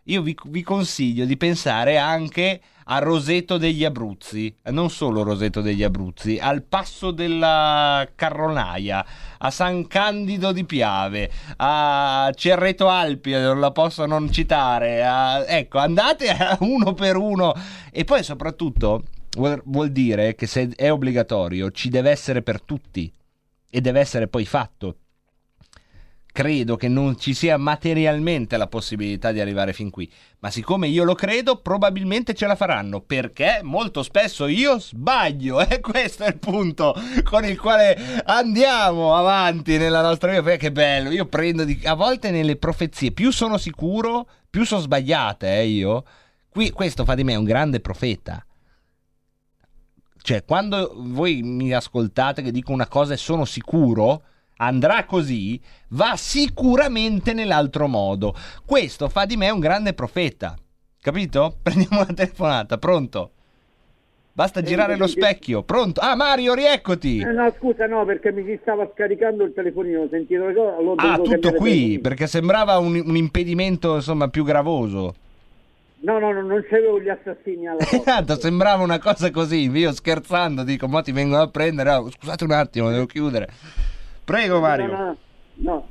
io vi consiglio di pensare anche a Roseto degli Abruzzi, non solo Roseto degli Abruzzi, al Passo della Carronaia, a San Candido di Piave, a Cerreto Alpi, non la posso non citare, ecco, andate uno per uno, e poi soprattutto vuol dire che se è obbligatorio ci deve essere per tutti e deve essere poi fatto. Credo che non ci sia materialmente la possibilità di arrivare fin qui, ma siccome io lo credo, probabilmente ce la faranno, perché molto spesso io sbaglio, e questo è il punto con il quale andiamo avanti nella nostra vita. Perché che bello, io prendo a volte nelle profezie, più sono sicuro, più sono sbagliate, io. Questo fa di me un grande profeta. Cioè, quando voi mi ascoltate che dico una cosa e sono sicuro andrà così, va sicuramente nell'altro modo. Questo fa di me un grande profeta. Capito? Prendiamo una telefonata. Pronto? Basta girare lo specchio. Pronto? Ah, Mario, rieccoti. No, scusa, no, perché mi si stava scaricando il telefonino, ho sentito le cose. Tutto qui, perché sembrava un impedimento, insomma, più gravoso. No, non c'avevo gli assassini alla porta. Sembrava una cosa così. Io scherzando dico, mo ti vengono a prendere. Oh, scusate un attimo, devo chiudere. Prego, Mario. No,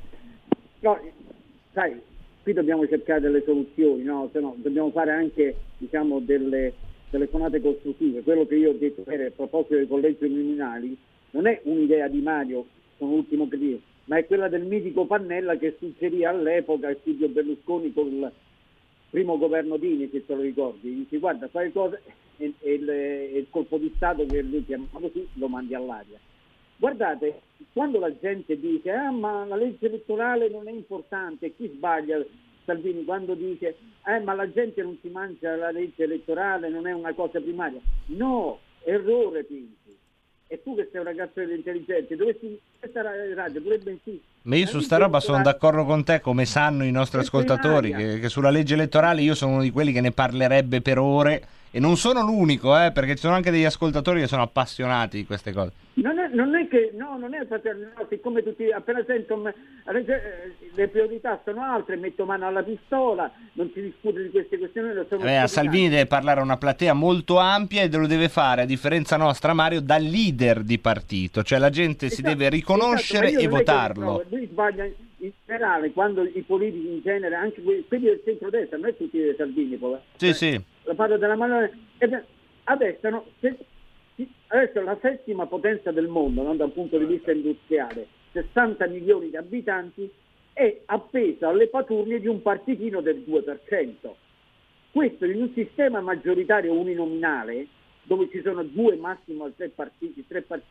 sai, qui dobbiamo cercare delle soluzioni, no? Se no, dobbiamo fare anche, diciamo, delle telefonate costruttive. Quello che io ho detto a proposito dei collegi uninominali non è un'idea di Mario, sono l'ultimo che dico, ma è quella del mitico Pannella che suggerì all'epoca Silvio Berlusconi con il primo governo Dini, se te lo ricordi. Dici, guarda, fai cose e il colpo di Stato che lui chiamava così lo mandi all'aria. Guardate, quando la gente dice ma la legge elettorale non è importante, chi sbaglia Salvini quando dice ma la gente non si mangia la legge elettorale, non è una cosa primaria. No, errore, Pinti. E tu che sei un ragazzo intelligente, dovresti questa radio dovrebbe insistere. Ma io su sta roba sono d'accordo con te, come sanno i nostri ascoltatori, che sulla legge elettorale io sono uno di quelli che ne parlerebbe per ore, e non sono l'unico, perché ci sono anche degli ascoltatori che sono appassionati di queste cose. Non è siccome tutti appena sentono le priorità sono altre, metto mano alla pistola, non si discute di queste questioni. A Salvini deve parlare a una platea molto ampia e lo deve fare, a differenza nostra, Mario, da leader di partito, cioè la gente si deve riconoscere e votarlo. Lui sbaglia in generale quando i politici in genere, anche quelli del centrodestra, non è tutti Salvini, sì. La parlo della mano adesso la settima potenza del mondo, no? Dal punto di vista industriale, 60 milioni di abitanti, è appesa alle paturnie di un partitino del 2%. Questo in un sistema maggioritario uninominale, dove ci sono 2 massimo 3 partiti,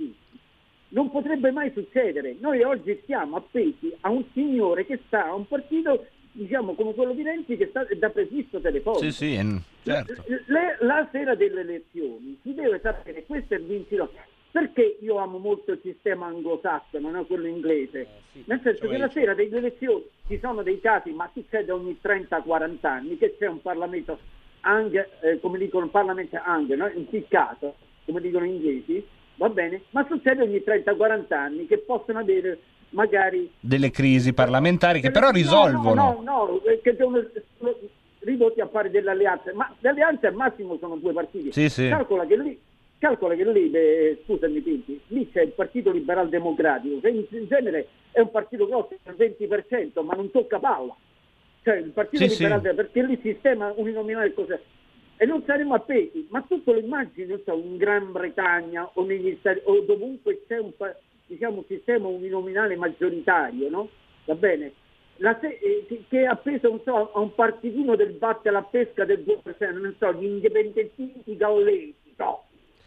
non potrebbe mai succedere. Noi oggi siamo appesi a un signore che sta a un partito, diciamo, come quello di Renzi, che sta da prefisso telefonico. Sì, certo. La sera delle elezioni si deve sapere, questo è il vincitore. Perché io amo molto il sistema anglosassone, non è quello inglese? Nel senso che la sera delle elezioni ci sono dei casi, ma succede ogni 30-40 anni, che c'è un Parlamento come dicono il Parlamento no? Impiccato, come dicono gli inglesi, va bene? Ma succede ogni 30-40 anni che possono avere magari delle crisi parlamentari che però risolvono. No, che sono ridotti a fare delle alleanze, ma le alleanze al massimo sono 2 partiti. Sì. Calcola che lì, scusami Pinti, lì c'è il Partito Liberal Democratico, che in genere è un partito grosso, il 20%, ma non tocca palla. Cioè il Partito Liberal, perché lì il sistema uninominale è cos'è? E non saremo appesi, ma tu te lo immagini, non so, in Gran Bretagna o negli Stati, o dovunque c'è un sistema uninominale maggioritario, no? Va bene? Che è appeso, non so, a un partitino del batte alla pesca del 2%, non so, gli indipendentisti gaullesi, no?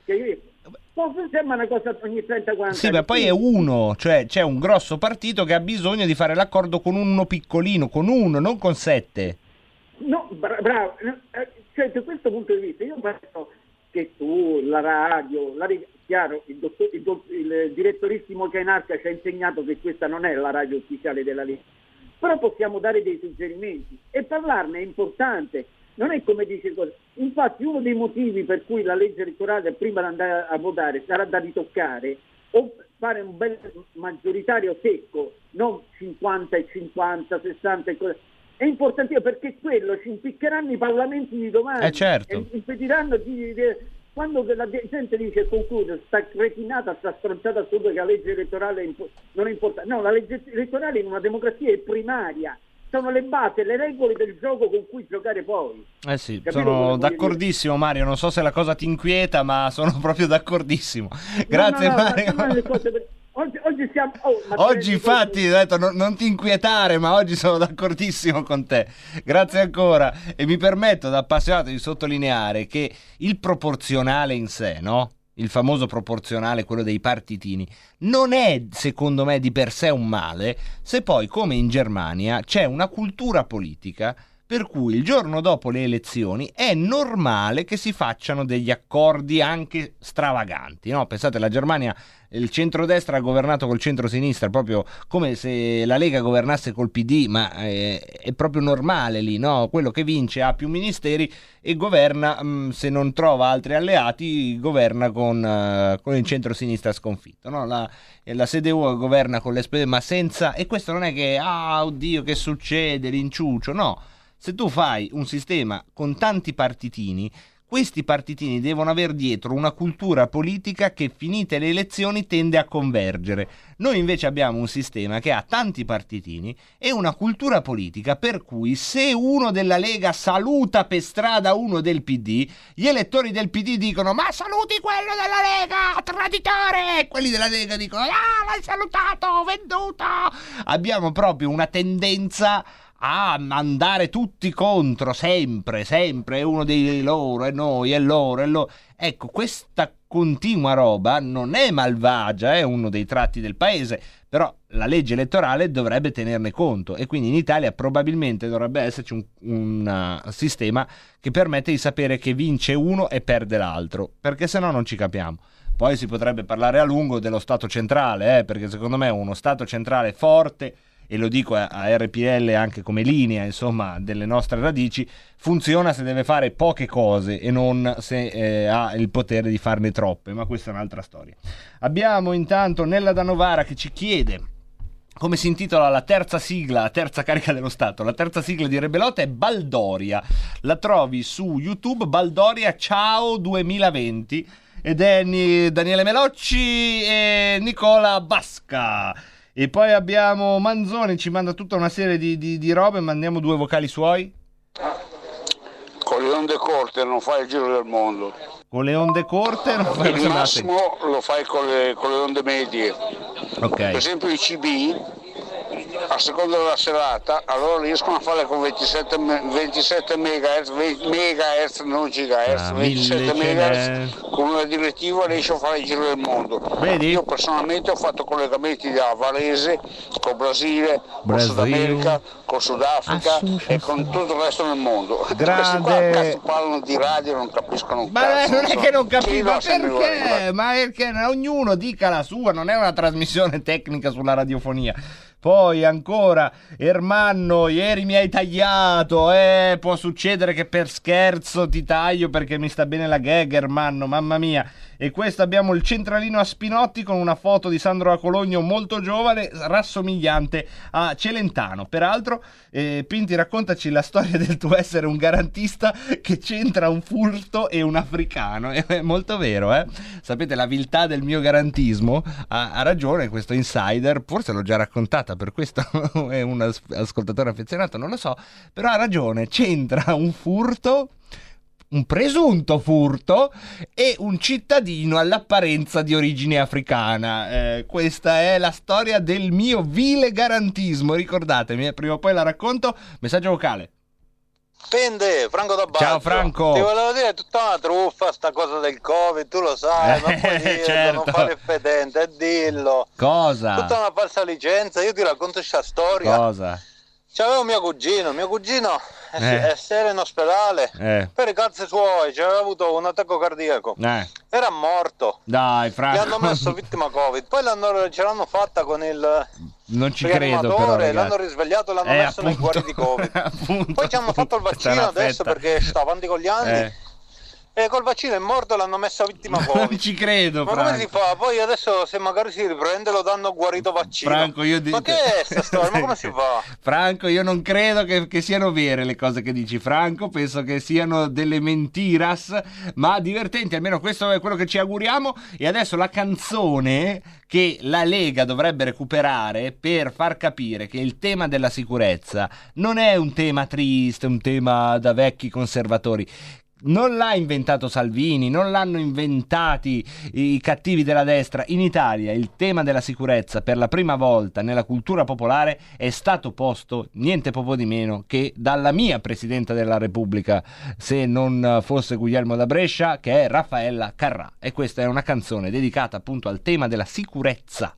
Sembra una cosa ogni 30-40 anni. Sì, ma poi è uno, cioè c'è un grosso partito che ha bisogno di fare l'accordo con uno piccolino, con uno, non con 7. No, bravo. Cioè, da questo punto di vista io penso che tu, la radio, chiaro, il direttorissimo Cainarca ci ha insegnato che questa non è la radio ufficiale della Lega, però possiamo dare dei suggerimenti e parlarne è importante. Non è come dice cosa. Infatti uno dei motivi per cui la legge elettorale prima di andare a votare sarà da ritoccare o fare un bel maggioritario secco, non 50 e 50, 60 e così, è importante perché quello ci impiccheranno i parlamenti di domani. Certo. E impediranno quando la gente dice, conclude, sta cretinata, sta stronzata assurda che la legge elettorale non è importante. No, la legge elettorale in una democrazia è primaria. Sono le basi, le regole del gioco con cui giocare poi. Sì, Capito sono d'accordissimo Mario, non so se la cosa ti inquieta, ma sono proprio d'accordissimo. Grazie Mario. Oggi siamo... oggi infatti ho detto non ti inquietare, ma oggi sono d'accordissimo con te. Grazie ancora. E mi permetto da appassionato di sottolineare che il proporzionale in sé, no? Il famoso proporzionale, quello dei partitini, non è secondo me di per sé un male, se poi come in Germania c'è una cultura politica per cui il giorno dopo le elezioni è normale che si facciano degli accordi anche stravaganti, no? Pensate, la Germania, il centrodestra ha governato col centrosinistra, proprio come se la Lega governasse col PD, ma è proprio normale lì, no? Quello che vince ha più ministeri e governa, se non trova altri alleati, governa con il centrosinistra sconfitto, no? La CDU governa con le spese, ma senza... E questo non è che, oddio, che succede, l'inciuccio, no. Se tu fai un sistema con tanti partitini, questi partitini devono avere dietro una cultura politica che, finite le elezioni, tende a convergere. Noi invece abbiamo un sistema che ha tanti partitini e una cultura politica per cui se uno della Lega saluta per strada uno del PD, gli elettori del PD dicono «Ma saluti quello della Lega, traditore!» Quelli della Lega dicono «l'hai salutato, venduto!» Abbiamo proprio una tendenza a mandare tutti contro, sempre, è uno dei loro, è noi, è loro. Ecco, questa continua roba non è malvagia, è uno dei tratti del paese, però la legge elettorale dovrebbe tenerne conto e quindi in Italia probabilmente dovrebbe esserci un sistema che permette di sapere che vince uno e perde l'altro, perché se no non ci capiamo. Poi si potrebbe parlare a lungo dello Stato centrale, perché secondo me uno Stato centrale forte, e lo dico a RPL anche come linea, insomma, delle nostre radici, funziona se deve fare poche cose e non se ha il potere di farne troppe, ma questa è un'altra storia. Abbiamo intanto Nella da Novara che ci chiede come si intitola la terza sigla, la terza carica dello Stato. La terza sigla di Rebelota è Baldoria, la trovi su YouTube, Baldoria Ciao 2020, ed è Daniele Melocci e Nicola Basca. E poi abbiamo Manzoni, ci manda tutta una serie di robe, mandiamo due vocali suoi. Con le onde corte non fai il giro del mondo. Con le onde corte non fai il giro del mondo. Il massimo lo fai con le onde medie. Ok. Per esempio i CB, a seconda della serata, allora riescono a fare con 27 megahertz, non gigahertz, 27 megahertz, con una direttiva riesce a fare il giro del mondo. Vedi? Io personalmente ho fatto collegamenti da Varese, con Brasile, con Sud America, con Sudafrica e con tutto il resto del mondo. Questi qua cazzo parlano di radio, non capiscono un cazzo. Ma non è che non capisco, perché? Ma perché ognuno dica la sua, non è una trasmissione tecnica sulla radiofonia. Poi ancora Ermanno, ieri mi hai tagliato, può succedere che per scherzo ti taglio perché mi sta bene la gag, Ermanno, mamma mia. E questo abbiamo il centralino a Spinotti con una foto di Sandro Acologno molto giovane, rassomigliante a Celentano. Peraltro, Pinti, raccontaci la storia del tuo essere un garantista che c'entra un furto e un africano. È molto vero, Sapete la viltà del mio garantismo? Ha ragione questo insider, forse l'ho già raccontata, per questo è un ascoltatore affezionato, non lo so, però ha ragione, c'entra un furto, un presunto furto e un cittadino all'apparenza di origine africana. Questa è la storia del mio vile garantismo, ricordatemi, prima o poi la racconto. Messaggio vocale. Pende, Franco da Baggio. Ciao Franco. Ti volevo dire, è tutta una truffa sta cosa del Covid, tu lo sai, ma puoi dirlo, certo. Non fare il fedente, dillo. Cosa? Tutta una falsa licenza, io ti racconto questa storia. Cosa? C'avevo mio cugino è serio in ospedale per i cazzi suoi, aveva avuto un attacco cardiaco, era morto. Dai Franco, gli hanno messo vittima Covid, poi ce l'hanno fatta con il non ci credo però, l'hanno risvegliato e l'hanno messo nei guardi di Covid. Poi ci hanno fatto il vaccino adesso perché sta avanti con gli anni col vaccino è morto, l'hanno messo a vittima Covid. Non ci credo, ma Franco. come si fa? Poi adesso se magari si riprende lo danno guarito vaccino. Franco, ma che è sta storia? Ma come si fa? Franco, io non credo che siano vere le cose che dici, Franco, penso che siano delle mentiras, ma divertenti, almeno questo è quello che ci auguriamo. E adesso la canzone che la Lega dovrebbe recuperare per far capire che il tema della sicurezza non è un tema triste, un tema da vecchi conservatori. Non l'ha inventato Salvini, non l'hanno inventati i cattivi della destra. In Italia il tema della sicurezza per la prima volta nella cultura popolare è stato posto niente poco di meno che dalla mia Presidente della Repubblica, se non fosse Guglielmo da Brescia, che è Raffaella Carrà. E questa è una canzone dedicata appunto al tema della sicurezza.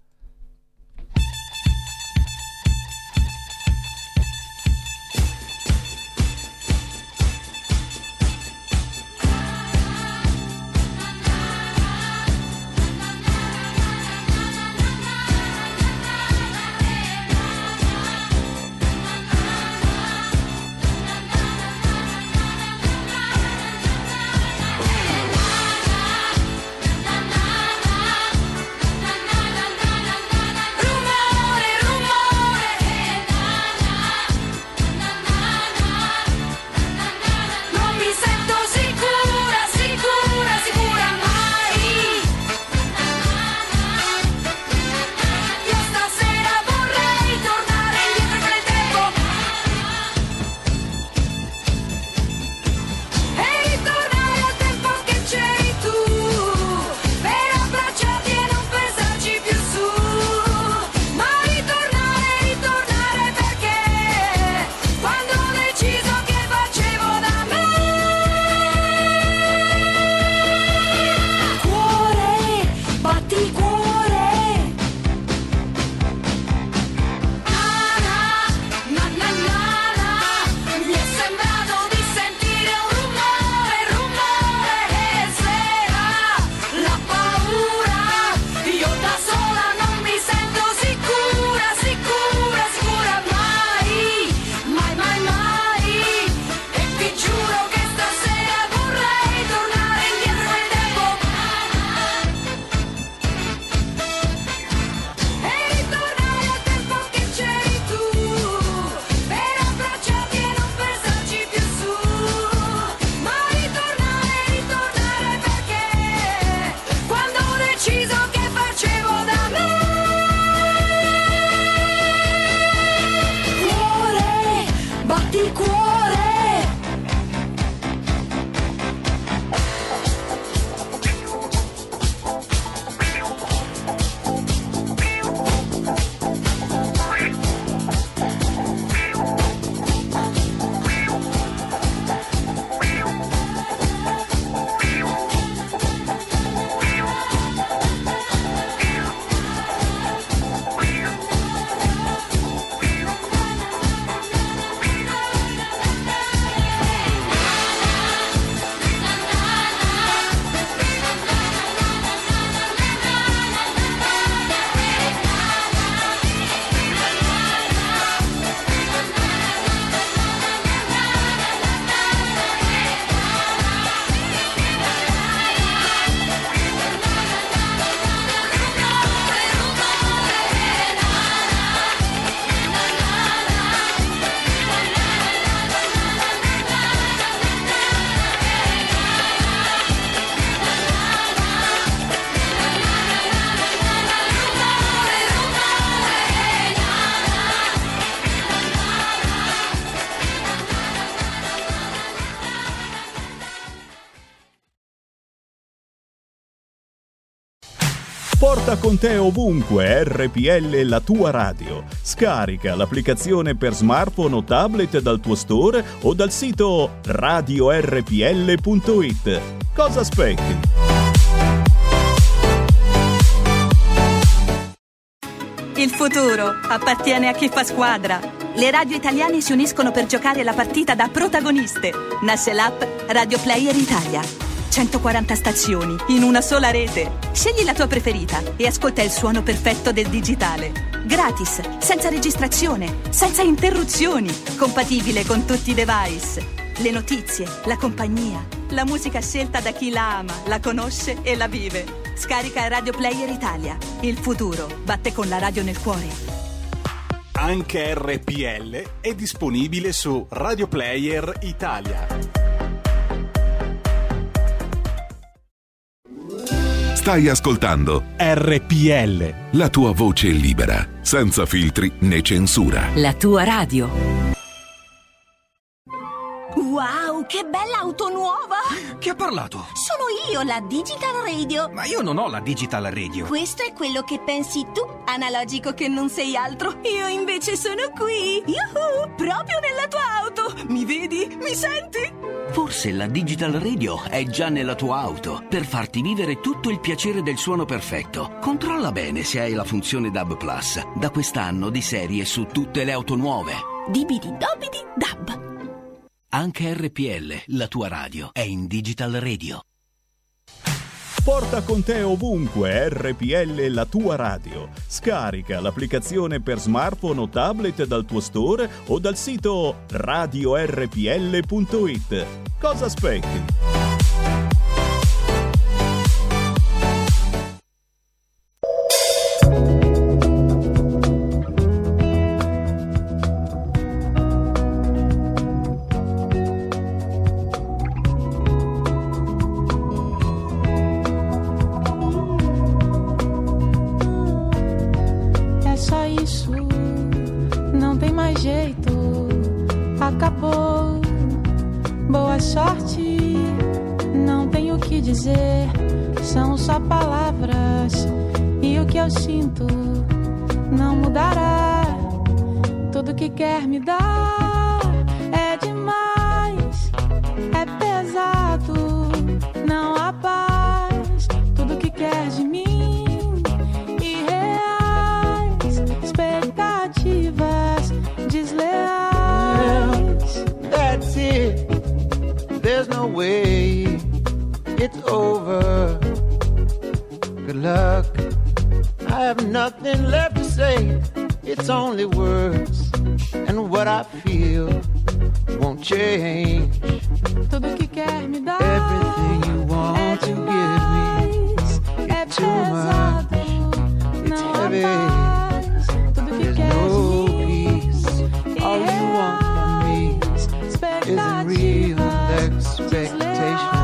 Porta con te ovunque RPL la tua radio. Scarica l'applicazione per smartphone o tablet dal tuo store o dal sito radiorpl.it. Cosa aspetti? Il futuro appartiene a chi fa squadra. Le radio italiane si uniscono per giocare la partita da protagoniste. Nasce l'app Radio Player Italia. 140 stazioni in una sola rete. Scegli la tua preferita e ascolta il suono perfetto del digitale. Gratis, senza registrazione, senza interruzioni, compatibile con tutti i device. le notizie, la compagnia, la musica scelta da chi la ama, la conosce e la vive. Scarica Radio Player Italia. Il futuro batte con la radio nel cuore. Anche RPL è disponibile su Radio Player Italia. Stai ascoltando RPL, la tua voce libera, senza filtri né censura. La tua radio. Wow, che bella auto nuova! Chi ha parlato? Sono io, la Digital Radio. Ma io non ho la Digital Radio. Questo è quello che pensi tu, analogico che non sei altro. Io invece sono qui, proprio nella tua auto. Mi vedi? Mi senti? Forse la Digital Radio è già nella tua auto per farti vivere tutto il piacere del suono perfetto. Controlla bene se hai la funzione DAB+. Da quest'anno di serie su tutte le auto nuove. Dibidi dobidi dab. Anche RPL, la tua radio, è in Digital Radio. Porta con te ovunque RPL, la tua radio. Scarica l'applicazione per smartphone o tablet dal tuo store o dal sito radiorpl.it. Cosa aspetti? Acabou, boa sorte, não tenho o que dizer, são só palavras e o que eu sinto não mudará. Tudo que quer me dar é demais, é pesado, não há paz. Tudo que quer de mim, irreais, expectativas desleais. That's it, there's no way it's over. Good luck, I have nothing left to say. It's only words, and what I feel won't change. Tudo que quer me dar, everything you want to give me, it's too much, it's heavy. Tudo que quer no peace, all you want from me isn't real expectation.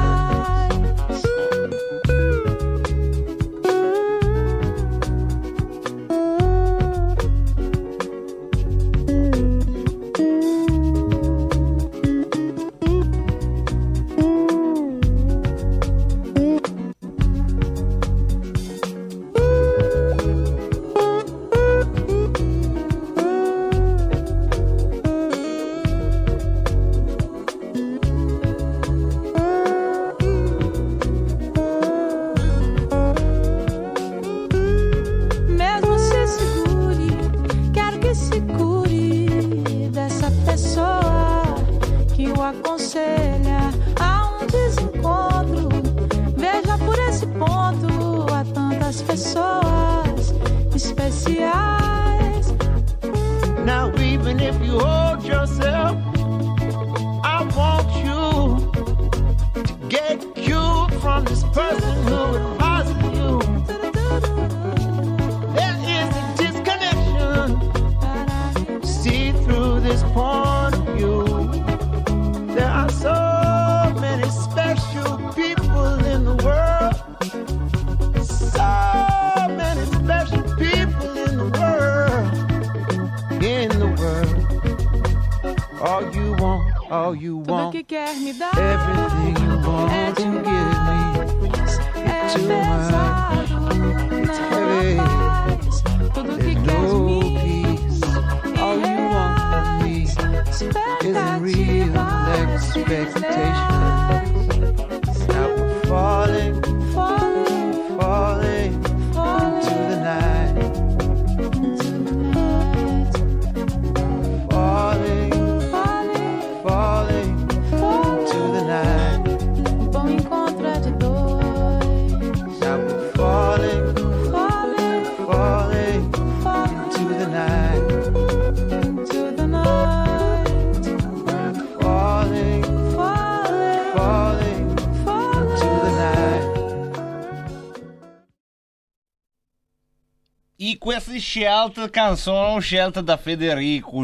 queste canzoni scelte da Federico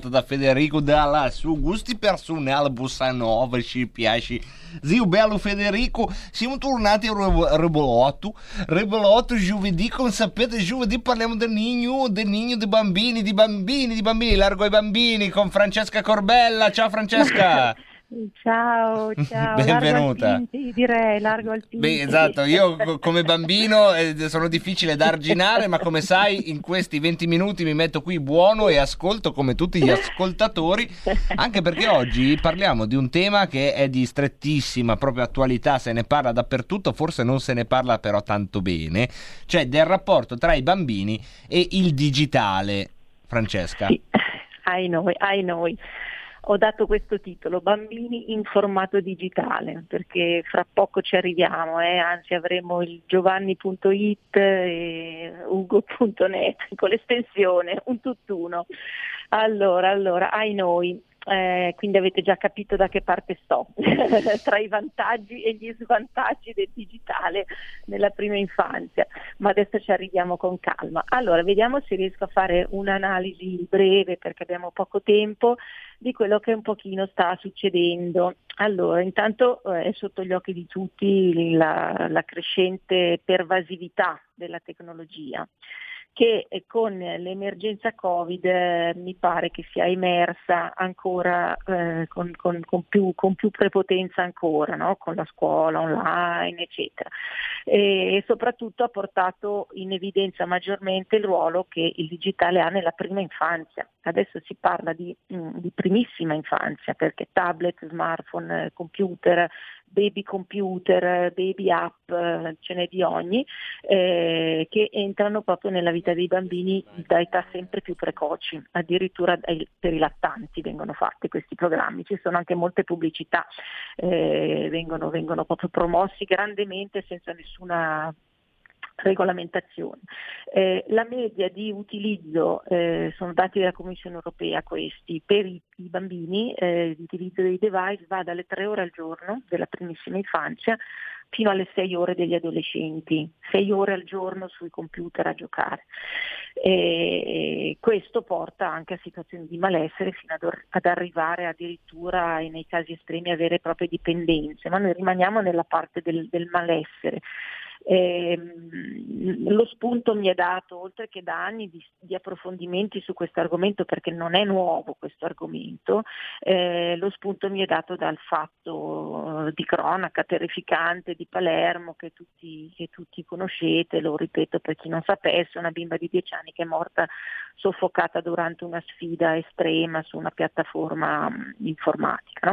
dalla suo gusti personali, bossa nova, ci piace. Zio bello Federico, siamo tornati a Rebolotto giovedì, come sapete giovedì parliamo del nino, di bambini, largo ai bambini con Francesca Corbella. Ciao Francesca. Ciao, benvenuta. Largo al Pinti. Beh, esatto, io come bambino sono difficile da arginare, ma come sai in questi 20 minuti mi metto qui buono e ascolto come tutti gli ascoltatori, anche perché oggi parliamo di un tema che è di strettissima proprio attualità, se ne parla dappertutto, forse non se ne parla però tanto bene, cioè del rapporto tra i bambini e il digitale. Francesca. Sì. Ai noi. Ho dato questo titolo, Bambini in formato digitale, perché fra poco ci arriviamo, anzi avremo il giovanni.it e ugo.net con l'estensione, un tutt'uno. Allora, ai noi. Quindi avete già capito da che parte sto, tra i vantaggi e gli svantaggi del digitale nella prima infanzia, ma adesso ci arriviamo con calma. Allora, vediamo se riesco a fare un'analisi breve, perché abbiamo poco tempo, di quello che un pochino sta succedendo. Allora, intanto è sotto gli occhi di tutti la crescente pervasività della tecnologia, che con l'emergenza Covid mi pare che sia emersa ancora con più prepotenza ancora, no? Con la scuola online, eccetera. E soprattutto ha portato in evidenza maggiormente il ruolo che il digitale ha nella prima infanzia. Adesso si parla di primissima infanzia, perché tablet, smartphone, computer, baby computer, baby app, ce n'è di ogni, che entrano proprio nella vita dei bambini da età sempre più precoci, addirittura per i lattanti vengono fatti questi programmi, ci sono anche molte pubblicità, vengono proprio promossi grandemente senza nessuna regolamentazione. La media di utilizzo, sono dati della Commissione Europea questi, per i bambini, l'utilizzo dei device va dalle 3 ore al giorno della primissima infanzia fino alle 6 ore degli adolescenti, 6 ore al giorno sui computer a giocare. Questo porta anche a situazioni di malessere fino ad arrivare addirittura, nei casi estremi, a vere e proprie dipendenze, ma noi rimaniamo nella parte del malessere. Lo spunto mi è dato, oltre che da anni di approfondimenti su questo argomento, perché non è nuovo questo argomento, lo spunto mi è dato dal fatto di cronaca terrificante di Palermo che tutti conoscete, lo ripeto per chi non sapesse, una bimba di 10 anni che è morta soffocata durante una sfida estrema su una piattaforma informatica, no?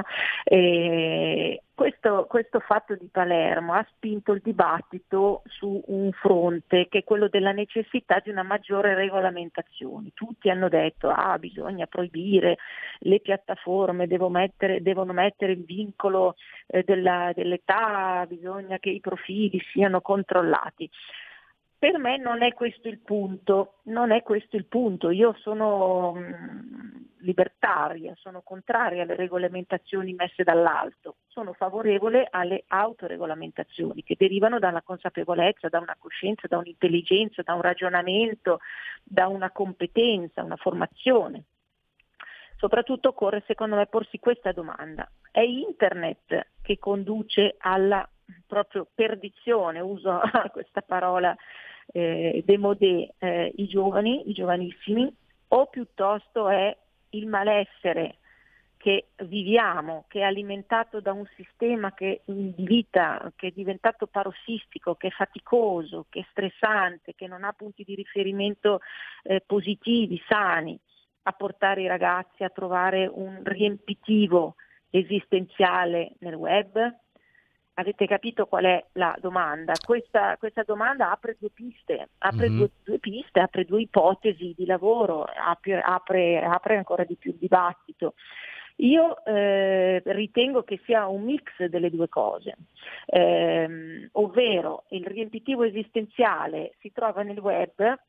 Questo fatto di Palermo ha spinto il dibattito su un fronte che è quello della necessità di una maggiore regolamentazione. Tutti hanno detto bisogna proibire le piattaforme, devono mettere il vincolo dell'età, bisogna che i profili siano controllati. Per me non è questo il punto, io sono libertaria, sono contraria alle regolamentazioni messe dall'alto, sono favorevole alle autoregolamentazioni che derivano dalla consapevolezza, da una coscienza, da un'intelligenza, da un ragionamento, da una competenza, una formazione. Soprattutto occorre, secondo me, porsi questa domanda: è Internet che conduce alla proprio perdizione, uso questa parola démodé, i giovanissimi, o piuttosto è il malessere che viviamo, che è alimentato da un sistema di vita che è diventato parossistico, che è faticoso, che è stressante, che non ha punti di riferimento positivi, sani, a portare i ragazzi a trovare un riempitivo esistenziale nel web? Avete capito qual è la domanda? Questa domanda apre due piste, apre due ipotesi di lavoro, apre ancora di più il dibattito. Io ritengo che sia un mix delle due cose, ovvero il riempitivo esistenziale si trova nel web,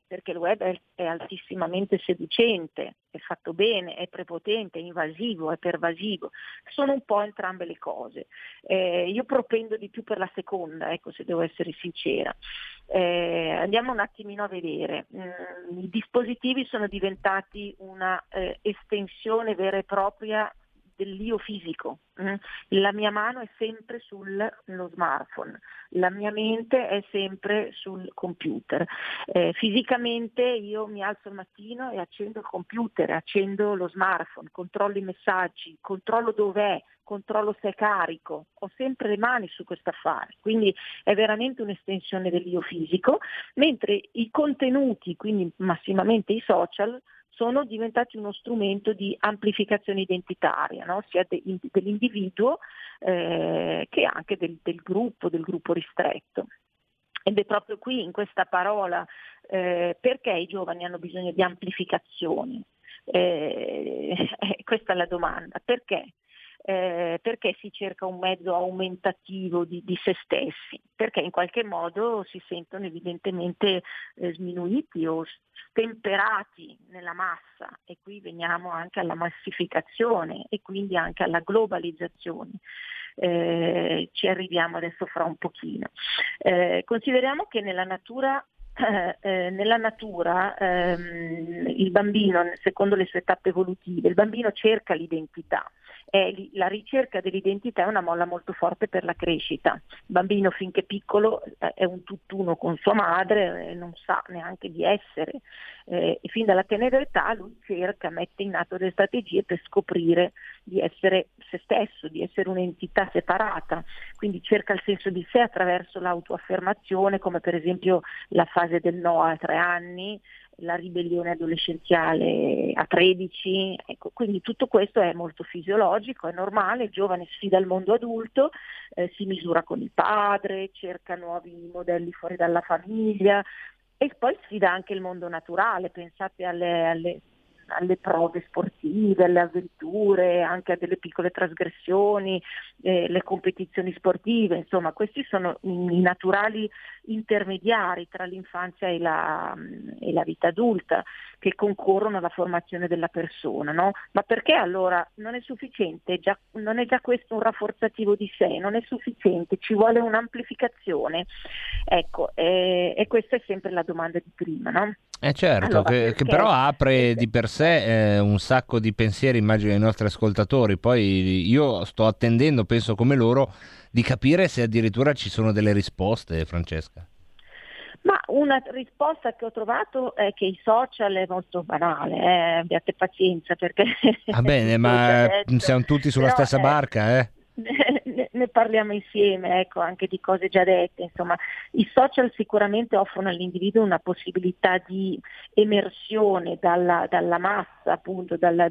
perché il web è altissimamente seducente, è fatto bene, è prepotente, è invasivo, è pervasivo, sono un po' entrambe le cose. Io propendo di più per la seconda, ecco, se devo essere sincera. Andiamo un attimino a vedere. I dispositivi sono diventati una estensione vera e propria dell'io fisico. La mia mano è sempre sullo smartphone, la mia mente è sempre sul computer. Fisicamente io mi alzo al mattino e accendo il computer, accendo lo smartphone, controllo i messaggi, controllo dov'è, controllo se è carico, ho sempre le mani su questo affare, quindi è veramente un'estensione dell'io fisico, mentre i contenuti, quindi massimamente i social, sono diventati uno strumento di amplificazione identitaria, no? Sia dell'individuo che anche del gruppo ristretto. Ed è proprio qui, in questa parola, perché i giovani hanno bisogno di amplificazione? Questa è la domanda. Perché? Perché si cerca un mezzo aumentativo di se stessi? Perché in qualche modo si sentono evidentemente sminuiti o stemperati nella massa, e qui veniamo anche alla massificazione e quindi anche alla globalizzazione. Ci arriviamo adesso fra un pochino. Consideriamo che nella natura il bambino, secondo le sue tappe evolutive, il bambino cerca l'identità. La ricerca dell'identità è una molla molto forte per la crescita. Il bambino finché piccolo è un tutt'uno con sua madre, non sa neanche di essere, e fin dalla tenera età lui mette in atto delle strategie per scoprire di essere se stesso, di essere un'entità separata, quindi cerca il senso di sé attraverso l'autoaffermazione, come per esempio la fase del no a 3 anni, la ribellione adolescenziale a 13, ecco, quindi tutto questo è molto fisiologico, è normale, il giovane sfida il mondo adulto, si misura con il padre, cerca nuovi modelli fuori dalla famiglia e poi sfida anche il mondo naturale, pensate alle prove sportive, alle avventure, anche a delle piccole trasgressioni, le competizioni sportive, insomma questi sono i naturali intermediari tra l'infanzia e la vita adulta che concorrono alla formazione della persona, no? Ma perché allora non è sufficiente? Non è già questo un rafforzativo di sé? Non è sufficiente? Ci vuole un'amplificazione? Ecco, e questa è sempre la domanda di prima, no? Certo, allora, che però apre di per sé un sacco di pensieri, immagino, ai nostri ascoltatori. Poi io sto attendendo, penso come loro, di capire se addirittura ci sono delle risposte, Francesca. Ma una risposta che ho trovato è che i social è molto banale, abbiate pazienza perché... Va bene, ma siamo tutti sulla stessa barca, eh? Ne parliamo insieme, ecco, anche di cose già dette. Insomma, i social sicuramente offrono all'individuo una possibilità di emersione dalla massa, appunto, dalla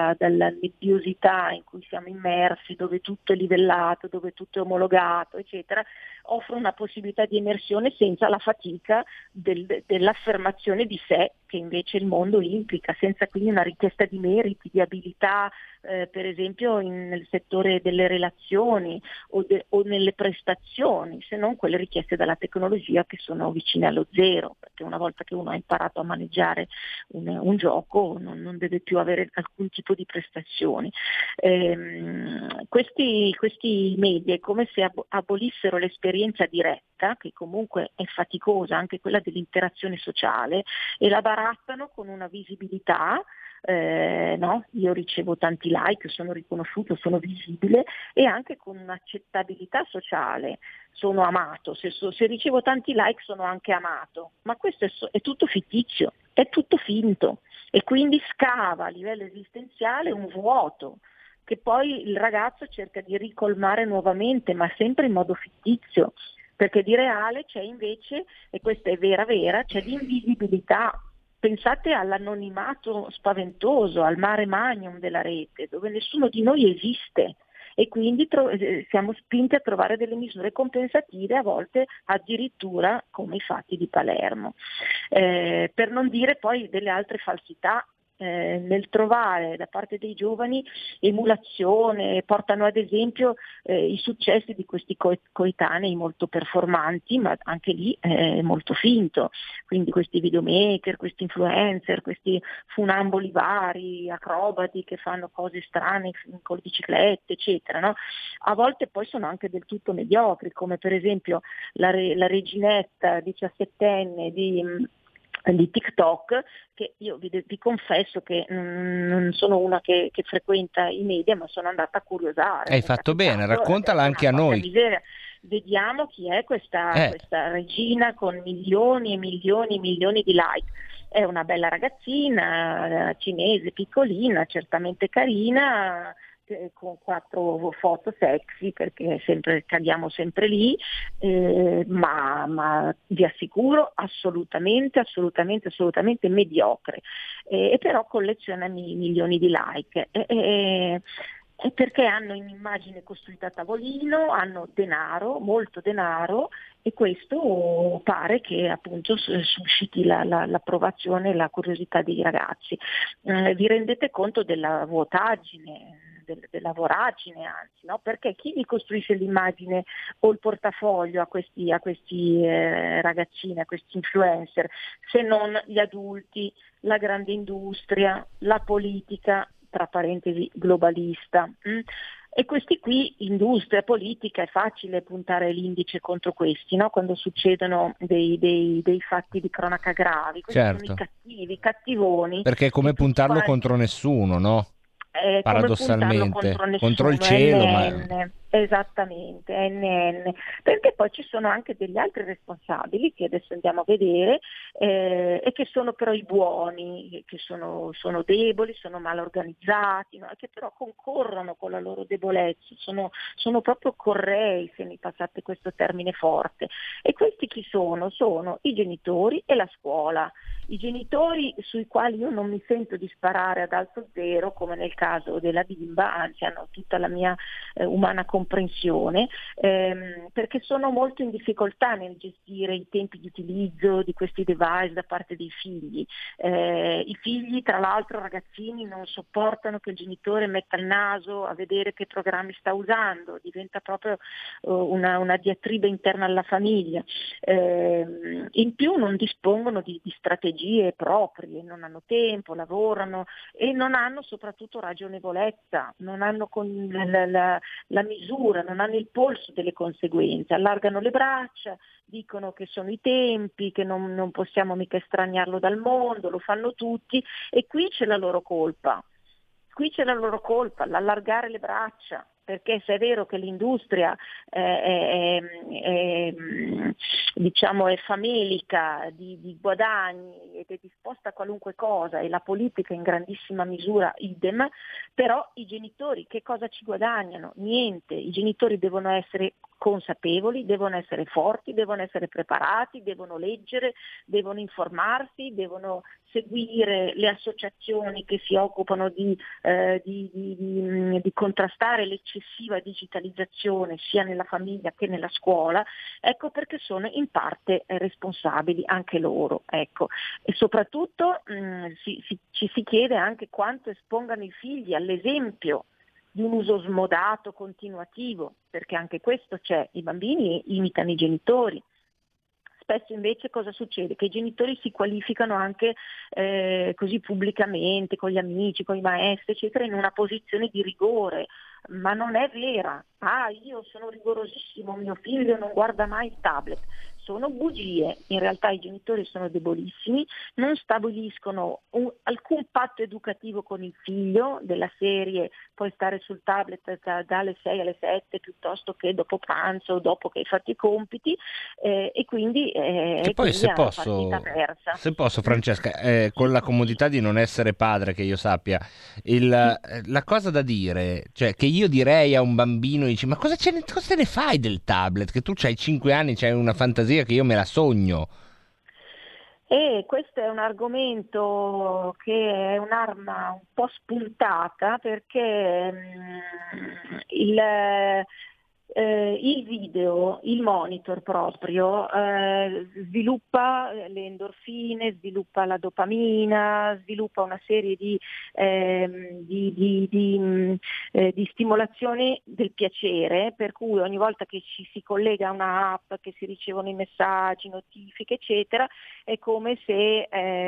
nebbiosità in cui siamo immersi, dove tutto è livellato, dove tutto è omologato, eccetera. Offre una possibilità di emersione senza la fatica dell'affermazione di sé che invece il mondo implica, senza quindi una richiesta di meriti, di abilità, per esempio nel settore delle relazioni o nelle prestazioni, se non quelle richieste dalla tecnologia che sono vicine allo zero, perché una volta che uno ha imparato a maneggiare un gioco non deve più avere alcun tipo di prestazioni. Questi media è come se abolissero l'esperienza diretta, che comunque è faticosa, anche quella dell'interazione sociale, e la barattano con una visibilità. No? Io ricevo tanti like, sono riconosciuto, sono visibile, e anche con un'accettabilità sociale, sono amato, se ricevo tanti like sono anche amato, ma questo è tutto fittizio, è tutto finto, e quindi scava a livello esistenziale un vuoto che poi il ragazzo cerca di ricolmare nuovamente, ma sempre in modo fittizio, perché di reale c'è invece, e questa è vera, c'è di invisibilità. Pensate all'anonimato spaventoso, al mare magnum della rete, dove nessuno di noi esiste, e quindi siamo spinti a trovare delle misure compensative, a volte addirittura come i fatti di Palermo. Per non dire poi delle altre falsità nel trovare da parte dei giovani emulazione, portano ad esempio i successi di questi coetanei molto performanti, ma anche lì molto finto, quindi questi videomaker, questi influencer, questi funamboli vari, acrobati che fanno cose strane con le biciclette, eccetera, no? A volte poi sono anche del tutto mediocri, come per esempio la reginetta 17enne di TikTok, che io vi confesso che non sono una che frequenta i media, ma sono andata a curiosare. Hai fatto bene, raccontala anche a noi. Miseria. Vediamo chi è questa regina con milioni e milioni e milioni di like. È una bella ragazzina cinese, piccolina, certamente carina, con 4 foto sexy, perché cadiamo sempre lì, ma vi assicuro assolutamente mediocre, e però colleziona milioni di like. È perché hanno un'immagine costruita a tavolino, hanno denaro, molto denaro, e questo pare che appunto susciti l'approvazione e la curiosità dei ragazzi. Vi rendete conto della vuotaggine, della voragine, anzi, no? Perché chi gli costruisce l'immagine o il portafoglio a questi ragazzini, a questi influencer, se non gli adulti, la grande industria, la politica, tra parentesi globalista. E questi qui, industria, politica, è facile puntare l'indice contro questi, no? Quando succedono dei fatti di cronaca gravi. Questi sono i cattivi, i cattivoni. Perché è come puntarlo contro nessuno, no? Paradossalmente, contro il cielo, ma... Esattamente, NN, perché poi ci sono anche degli altri responsabili che adesso andiamo a vedere, e che sono però i buoni, che sono deboli, sono mal organizzati, no? Che però concorrono con la loro debolezza, sono proprio correi, se mi passate questo termine forte. E questi chi sono? Sono i genitori e la scuola. I genitori, sui quali io non mi sento di sparare ad alto zero, come nel caso della bimba, anzi hanno tutta la mia umana comprensione, perché sono molto in difficoltà nel gestire i tempi di utilizzo di questi device da parte dei figli. I figli, tra l'altro ragazzini, non sopportano che il genitore metta il naso a vedere che programmi sta usando, diventa proprio una diatriba interna alla famiglia. In più non dispongono di strategie proprie, non hanno tempo, lavorano e non hanno soprattutto ragionevolezza, non hanno la misura, non hanno il polso delle conseguenze, allargano le braccia, dicono che sono i tempi, che non possiamo mica estraniarlo dal mondo, lo fanno tutti, e qui c'è la loro colpa. Qui c'è la loro colpa, l'allargare le braccia, perché se è vero che l'industria diciamo è famelica di guadagni ed è disposta a qualunque cosa, e la politica in grandissima misura idem, però i genitori che cosa ci guadagnano? Niente. I genitori devono essere consapevoli, devono essere forti, devono essere preparati, devono leggere, devono informarsi, devono seguire le associazioni che si occupano di contrastare l'eccessiva digitalizzazione sia nella famiglia che nella scuola, ecco perché sono in parte responsabili anche loro, ecco. E soprattutto ci si chiede anche quanto espongano i figli all'esempio di un uso smodato continuativo, perché anche questo c'è, i bambini imitano i genitori. Spesso invece cosa succede? Che i genitori si qualificano anche così pubblicamente, con gli amici, con i maestri, eccetera, in una posizione di rigore, ma non è vera. Io sono rigorosissimo, mio figlio non guarda mai il tablet. Sono bugie, in realtà i genitori sono debolissimi, non stabiliscono alcun patto educativo con il figlio, della serie puoi stare sul tablet dalle 6 alle 7 piuttosto che dopo pranzo o dopo che hai fatto i compiti, e quindi che poi se posso Francesca, con la comodità di non essere padre, che io sappia, la cosa da dire, cioè che io direi a un bambino, dici ma cosa te ne fai del tablet, che tu c'hai 5 anni, c'hai una fantasia che io me la sogno. E questo è un argomento che è un'arma un po' spuntata, perché il video, il monitor proprio, sviluppa le endorfine, sviluppa la dopamina, sviluppa una serie di stimolazioni del piacere, per cui ogni volta che ci si collega a una app, che si ricevono i messaggi, notifiche, eccetera, è come se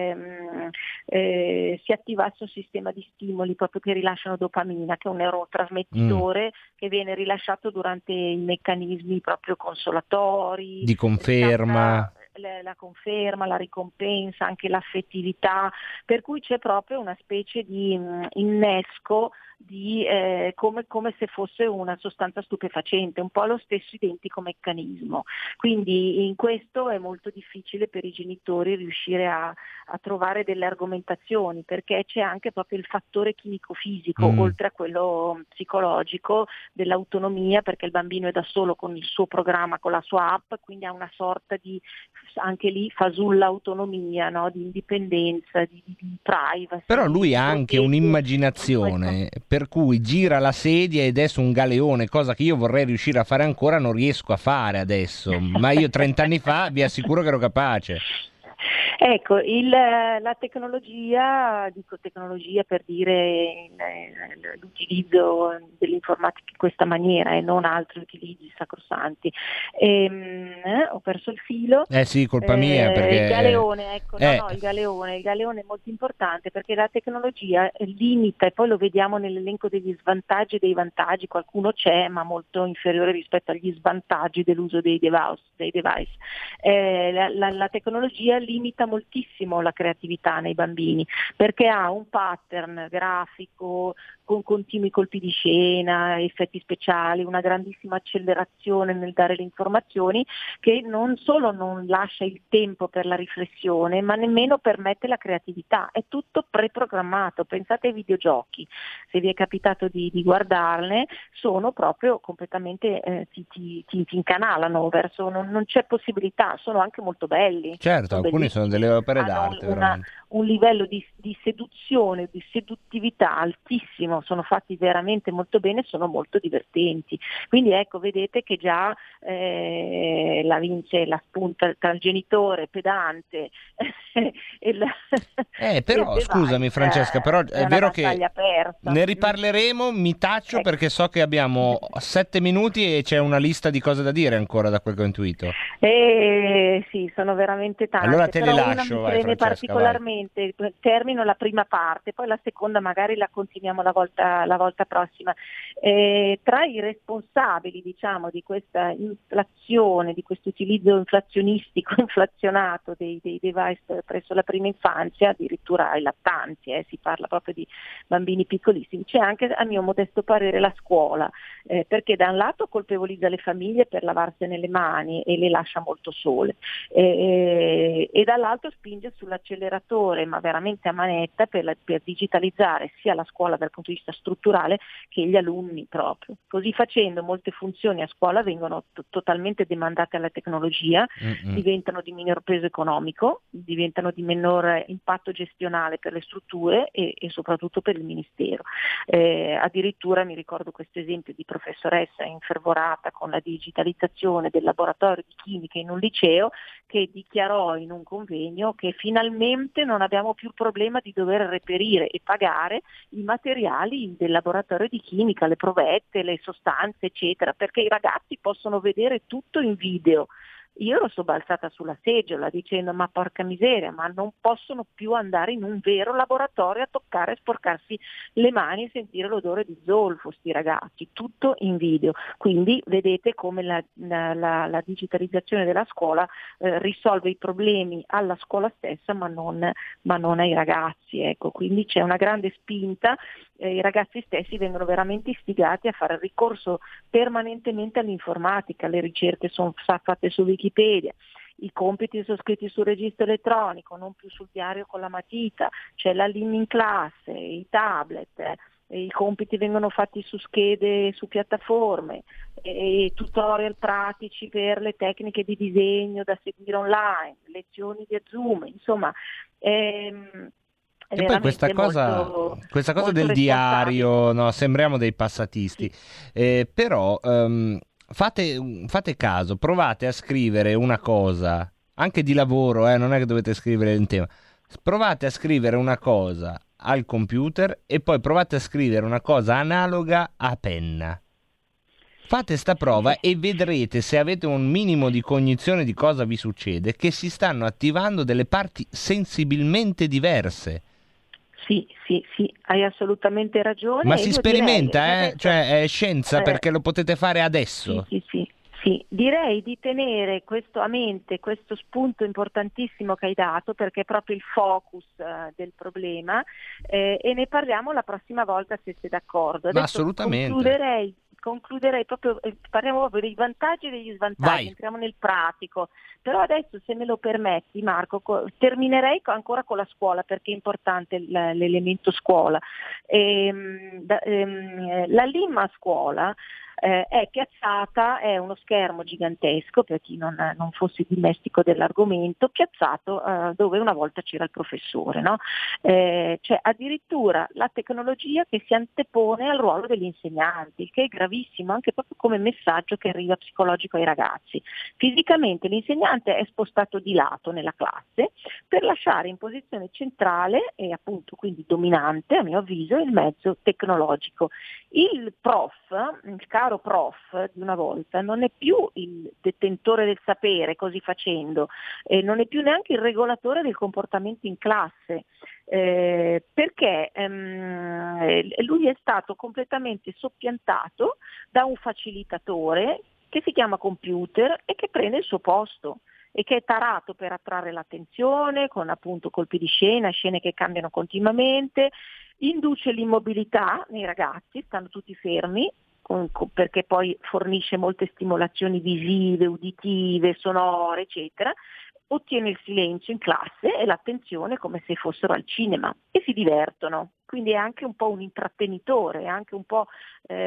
si attivasse un sistema di stimoli proprio che rilasciano dopamina, che è un neurotrasmettitore che viene rilasciato durante i meccanismi proprio consolatori, di conferma, la conferma, la ricompensa, anche l'affettività, per cui c'è proprio una specie di innesco di come se fosse una sostanza stupefacente, un po' lo stesso identico meccanismo. Quindi in questo è molto difficile per i genitori riuscire a trovare delle argomentazioni, perché c'è anche proprio il fattore chimico-fisico, oltre a quello psicologico dell'autonomia, perché il bambino è da solo con il suo programma, con la sua app, quindi ha una sorta di, anche lì, fasulla autonomia, no? Di indipendenza, di privacy. Però lui ha anche un'immaginazione per cui gira la sedia ed è su un galeone, cosa che io vorrei riuscire a fare ancora, non riesco a fare adesso, ma io 30 anni fa vi assicuro che ero capace. Ecco, la tecnologia, dico tecnologia per dire l'utilizzo dell'informatica in questa maniera e non altri utilizzi sacrosanti. Ho perso il filo. Sì, colpa mia. Perché... Il galeone, ecco, il galeone è molto importante perché la tecnologia limita, e poi lo vediamo nell'elenco degli svantaggi e dei vantaggi, qualcuno c'è ma molto inferiore rispetto agli svantaggi dell'uso dei device. La tecnologia limita moltissimo la creatività nei bambini perché ha un pattern grafico con continui colpi di scena, effetti speciali, una grandissima accelerazione nel dare le informazioni che non solo non lascia il tempo per la riflessione ma nemmeno permette la creatività, è tutto preprogrammato. Pensate ai videogiochi, se vi è capitato di guardarne, sono proprio completamente ti incanalano verso, non c'è possibilità, sono anche molto belli. Certo, alcuni sono delle opere d'arte, un livello di seduzione, di seduttività altissimo, sono fatti veramente molto bene, sono molto divertenti. Quindi ecco, vedete che già la vince la spunta tra il genitore pedante però scusami Francesca, però è vero che aperta. Ne riparleremo, mi taccio perché so che abbiamo 7 minuti e c'è una lista di cose da dire ancora da quel che ho intuito. Sì, sono veramente tante. Allora te le però lascio, una mi preme particolarmente, termino la prima parte, poi la seconda magari la continuiamo la volta prossima. Tra i responsabili, diciamo, di questa inflazione, di questo utilizzo inflazionato dei device presso la prima infanzia, addirittura ai lattanti, si parla proprio di bambini piccolissimi, c'è anche, a mio modesto parere, la scuola, perché da un lato colpevolizza le famiglie per lavarsene le mani e le lascia molto sole, e dall'altro spinge sull'acceleratore, ma veramente a manetta, per digitalizzare sia la scuola dal punto di vista strutturale che gli alunni proprio. Così facendo molte funzioni a scuola vengono totalmente demandate alla tecnologia, diventano di minor peso economico, diventano di minor impatto gestionale per le strutture e soprattutto per il Ministero. Addirittura mi ricordo questo esempio di professoressa infervorata con la digitalizzazione del laboratorio di chimica in un liceo, che dichiarò in un convegno che finalmente non abbiamo più il problema di dover reperire e pagare i materiali del laboratorio di chimica, le provette, le sostanze, eccetera, perché i ragazzi possono vedere tutto in video. Io ero sobbalzata sulla seggiola dicendo: ma porca miseria, ma non possono più andare in un vero laboratorio a toccare e sporcarsi le mani e sentire l'odore di zolfo, sti ragazzi, tutto in video. Quindi vedete come la digitalizzazione della scuola risolve i problemi alla scuola stessa ma non ai ragazzi, ecco. Quindi c'è una grande spinta, i ragazzi stessi vengono veramente istigati a fare ricorso permanentemente all'informatica, le ricerche sono fatte su Wikipedia, i compiti sono scritti sul registro elettronico, non più sul diario con la matita, c'è la learning class, i tablet, i compiti vengono fatti su schede, su piattaforme, e tutorial pratici per le tecniche di disegno da seguire online, lezioni di Zoom, insomma. E poi questa cosa del diario, no, sembriamo dei passatisti, però fate caso, provate a scrivere una cosa, anche di lavoro, non è che dovete scrivere il tema, provate a scrivere una cosa al computer e poi provate a scrivere una cosa analoga a penna. Fate sta prova e vedrete, se avete un minimo di cognizione di cosa vi succede, che si stanno attivando delle parti sensibilmente diverse. Sì, hai assolutamente ragione. Ma si sperimenta, cioè è scienza, perché lo potete fare adesso. Sì, direi di tenere questo a mente, questo spunto importantissimo che hai dato, perché è proprio il focus del problema, e ne parliamo la prossima volta, se sei d'accordo. Adesso assolutamente. Concluderei proprio, parliamo proprio dei vantaggi e degli svantaggi, entriamo nel pratico, però adesso, se me lo permetti Marco, terminerei ancora con la scuola, perché è importante l'elemento scuola. La LIM a scuola è piazzata, è uno schermo gigantesco, per chi non fosse dimestico dell'argomento, piazzato dove una volta c'era il professore, no? C'è addirittura la tecnologia che si antepone al ruolo degli insegnanti, che è gravissimo anche proprio come messaggio che arriva psicologico ai ragazzi. Fisicamente l'insegnante è spostato di lato nella classe per lasciare in posizione centrale e appunto quindi dominante, a mio avviso, il mezzo tecnologico. Il caro prof di una volta non è più il detentore del sapere, così facendo, non è più neanche il regolatore del comportamento in classe, perché lui è stato completamente soppiantato da un facilitatore che si chiama computer e che prende il suo posto e che è tarato per attrarre l'attenzione con appunto colpi di scena, scene che cambiano continuamente, induce l'immobilità nei ragazzi, stanno tutti fermi, perché poi fornisce molte stimolazioni visive, uditive, sonore, eccetera, ottiene il silenzio in classe e l'attenzione come se fossero al cinema e si divertono, quindi è anche un po' un intrattenitore, è anche un po'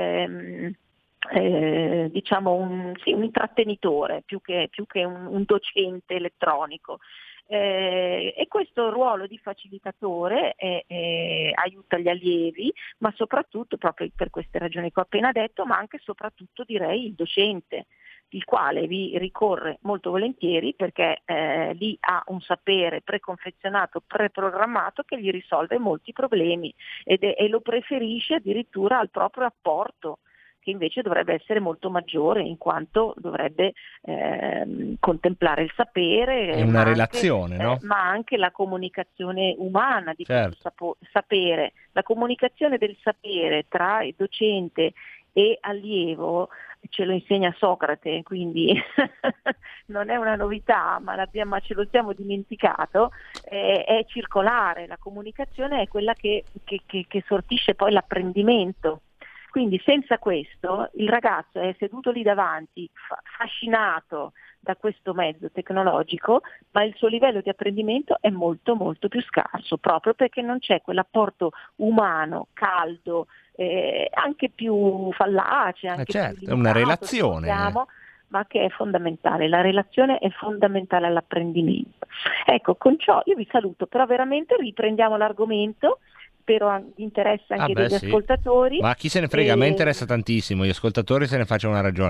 diciamo un intrattenitore più che un docente elettronico. E questo ruolo di facilitatore aiuta gli allievi, ma soprattutto proprio per queste ragioni che ho appena detto, ma anche e soprattutto direi il docente, il quale vi ricorre molto volentieri perché lì ha un sapere preconfezionato, preprogrammato che gli risolve molti problemi e lo preferisce addirittura al proprio apporto, che invece dovrebbe essere molto maggiore, in quanto dovrebbe contemplare il sapere. È una relazione, no? Ma anche la comunicazione umana di questo sapere. La comunicazione del sapere tra il docente e allievo ce lo insegna Socrate, quindi non è una novità, ma ce lo siamo dimenticato, è circolare. La comunicazione è quella che sortisce poi l'apprendimento. Quindi senza questo il ragazzo è seduto lì davanti, affascinato da questo mezzo tecnologico, ma il suo livello di apprendimento è molto molto più scarso, proprio perché non c'è quell'apporto umano, caldo, anche più fallace, anche più limitato, è una relazione, ma che è fondamentale. La relazione è fondamentale all'apprendimento. Ecco, con ciò io vi saluto, però veramente riprendiamo l'argomento. Spero interessa anche degli ascoltatori. Ma chi se ne frega, a me interessa tantissimo, gli ascoltatori se ne facciano una ragione.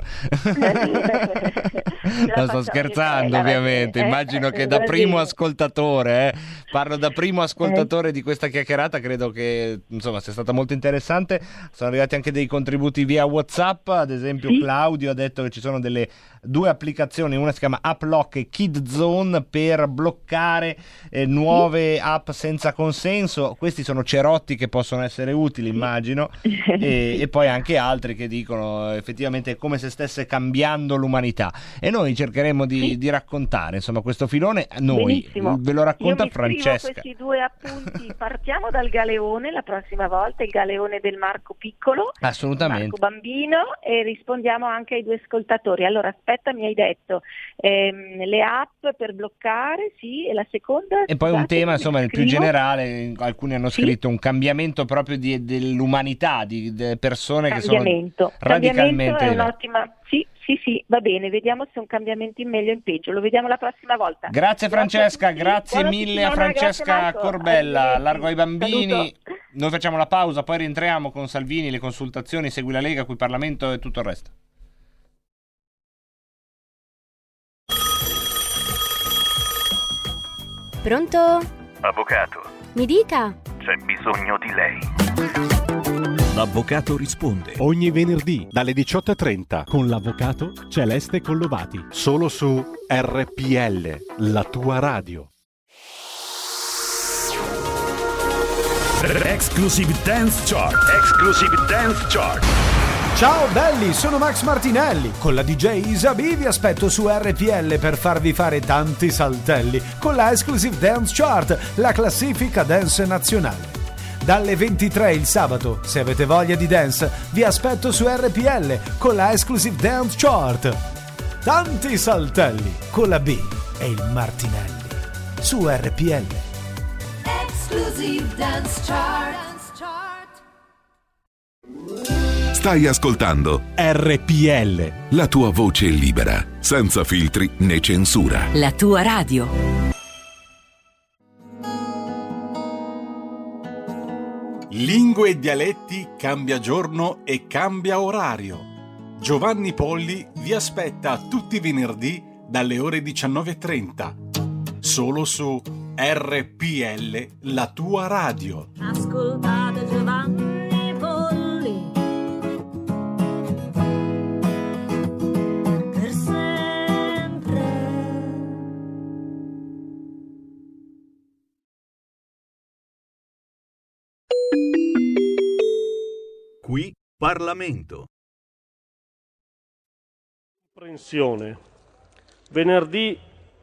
No, sto scherzando ovviamente, immagino che da primo ascoltatore, parlo da primo ascoltatore di questa chiacchierata, credo che insomma sia stata molto interessante. Sono arrivati anche dei contributi via WhatsApp, ad esempio Claudio ha detto che ci sono delle 2 applicazioni, una si chiama AppLock e KidZone per bloccare nuove app senza consenso. Questi sono cerotti che possono essere utili, immagino, e poi anche altri che dicono effettivamente è come se stesse cambiando l'umanità, e noi cercheremo di raccontare insomma questo filone. Benissimo. Ve lo racconta Io mi Francesca. Questi 2 appunti, partiamo dal galeone la prossima volta, il galeone del Marco Piccolo, assolutamente, Marco Bambino, e rispondiamo anche ai 2 ascoltatori. Allora aspetta, mi hai detto le app per bloccare, sì, e la seconda? E poi un tema insomma più generale, alcuni hanno scritto un cambiamento proprio dell'umanità, di persone che sono radicalmente... È un'ottima... Sì, va bene, vediamo se è un cambiamento in meglio o in peggio, lo vediamo la prossima volta. Grazie Francesca, grazie mille a Francesca Corbella, largo ai bambini. Saluto. Noi facciamo la pausa, poi rientriamo con Salvini, le consultazioni, Segui la Lega, qui Parlamento e tutto il resto. Pronto? Avvocato. Mi dica. C'è bisogno di lei. L'avvocato risponde ogni venerdì dalle 18:30 con l'avvocato Celeste Collovati, solo su RPL, la tua radio. Exclusive Dance Chart. Exclusive Dance Chart. Ciao belli, sono Max Martinelli. Con la DJ Isabi vi aspetto su RPL per farvi fare tanti saltelli con la Exclusive Dance Chart, la classifica dance nazionale. Dalle 23 il sabato, se avete voglia di dance, vi aspetto su RPL con la Exclusive Dance Chart. Tanti saltelli con la B e il Martinelli su RPL. Exclusive Dance Chart. Stai ascoltando RPL, la tua voce libera, senza filtri né censura. La tua radio. Lingue e dialetti cambia giorno e cambia orario. Giovanni Polli vi aspetta tutti i venerdì dalle ore 19:30, solo su RPL, la tua radio. Ascoltate Giovanni Polli per sempre. Qui Parlamento. Comprensione. Venerdì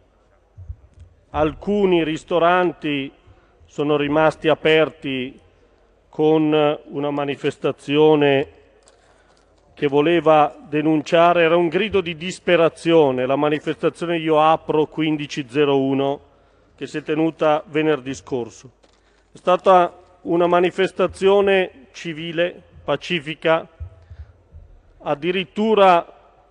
alcuni ristoranti sono rimasti aperti con una manifestazione che voleva denunciare, era un grido di disperazione, la manifestazione Io Apro 1501 che si è tenuta venerdì scorso. È stata una manifestazione civile, pacifica, addirittura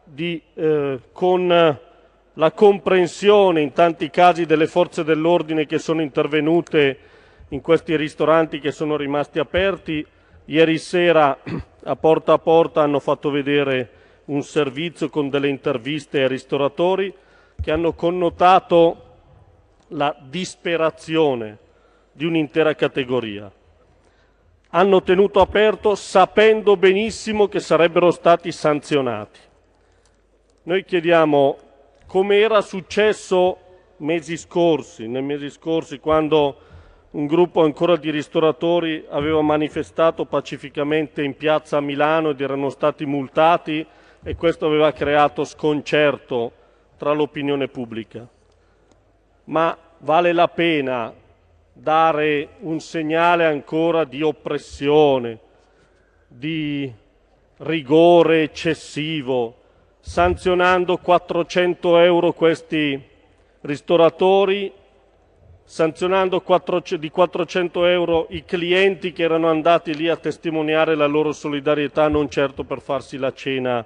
con la comprensione in tanti casi delle forze dell'ordine che sono intervenute in questi ristoranti che sono rimasti aperti. Ieri sera a porta hanno fatto vedere un servizio con delle interviste ai ristoratori che hanno connotato la disperazione di un'intera categoria. Hanno tenuto aperto sapendo benissimo che sarebbero stati sanzionati. Noi chiediamo, come era successo nei mesi scorsi, quando un gruppo ancora di ristoratori aveva manifestato pacificamente in piazza a Milano ed erano stati multati e questo aveva creato sconcerto tra l'opinione pubblica. Ma vale la pena dare un segnale ancora di oppressione, di rigore eccessivo, sanzionando 400 euro questi ristoratori, sanzionando di 400 euro i clienti che erano andati lì a testimoniare la loro solidarietà, non certo per farsi la cena,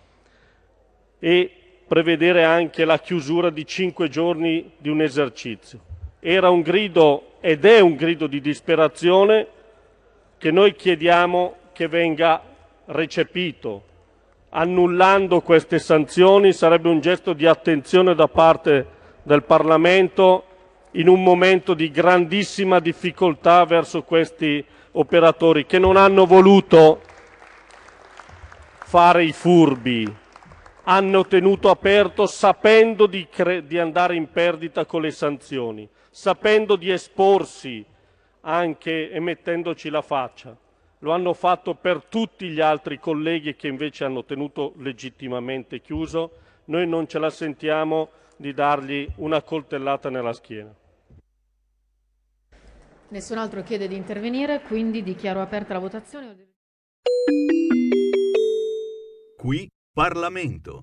e prevedere anche la chiusura di 5 giorni di un esercizio. Era un grido ed è un grido di disperazione che noi chiediamo che venga recepito. Annullando queste sanzioni sarebbe un gesto di attenzione da parte del Parlamento in un momento di grandissima difficoltà verso questi operatori che non hanno voluto fare i furbi, hanno tenuto aperto sapendo di andare in perdita con le sanzioni, sapendo di esporsi anche e mettendoci la faccia. Lo hanno fatto per tutti gli altri colleghi che invece hanno tenuto legittimamente chiuso. Noi non ce la sentiamo di dargli una coltellata nella schiena. Nessun altro chiede di intervenire, quindi dichiaro aperta la votazione. Qui Parlamento.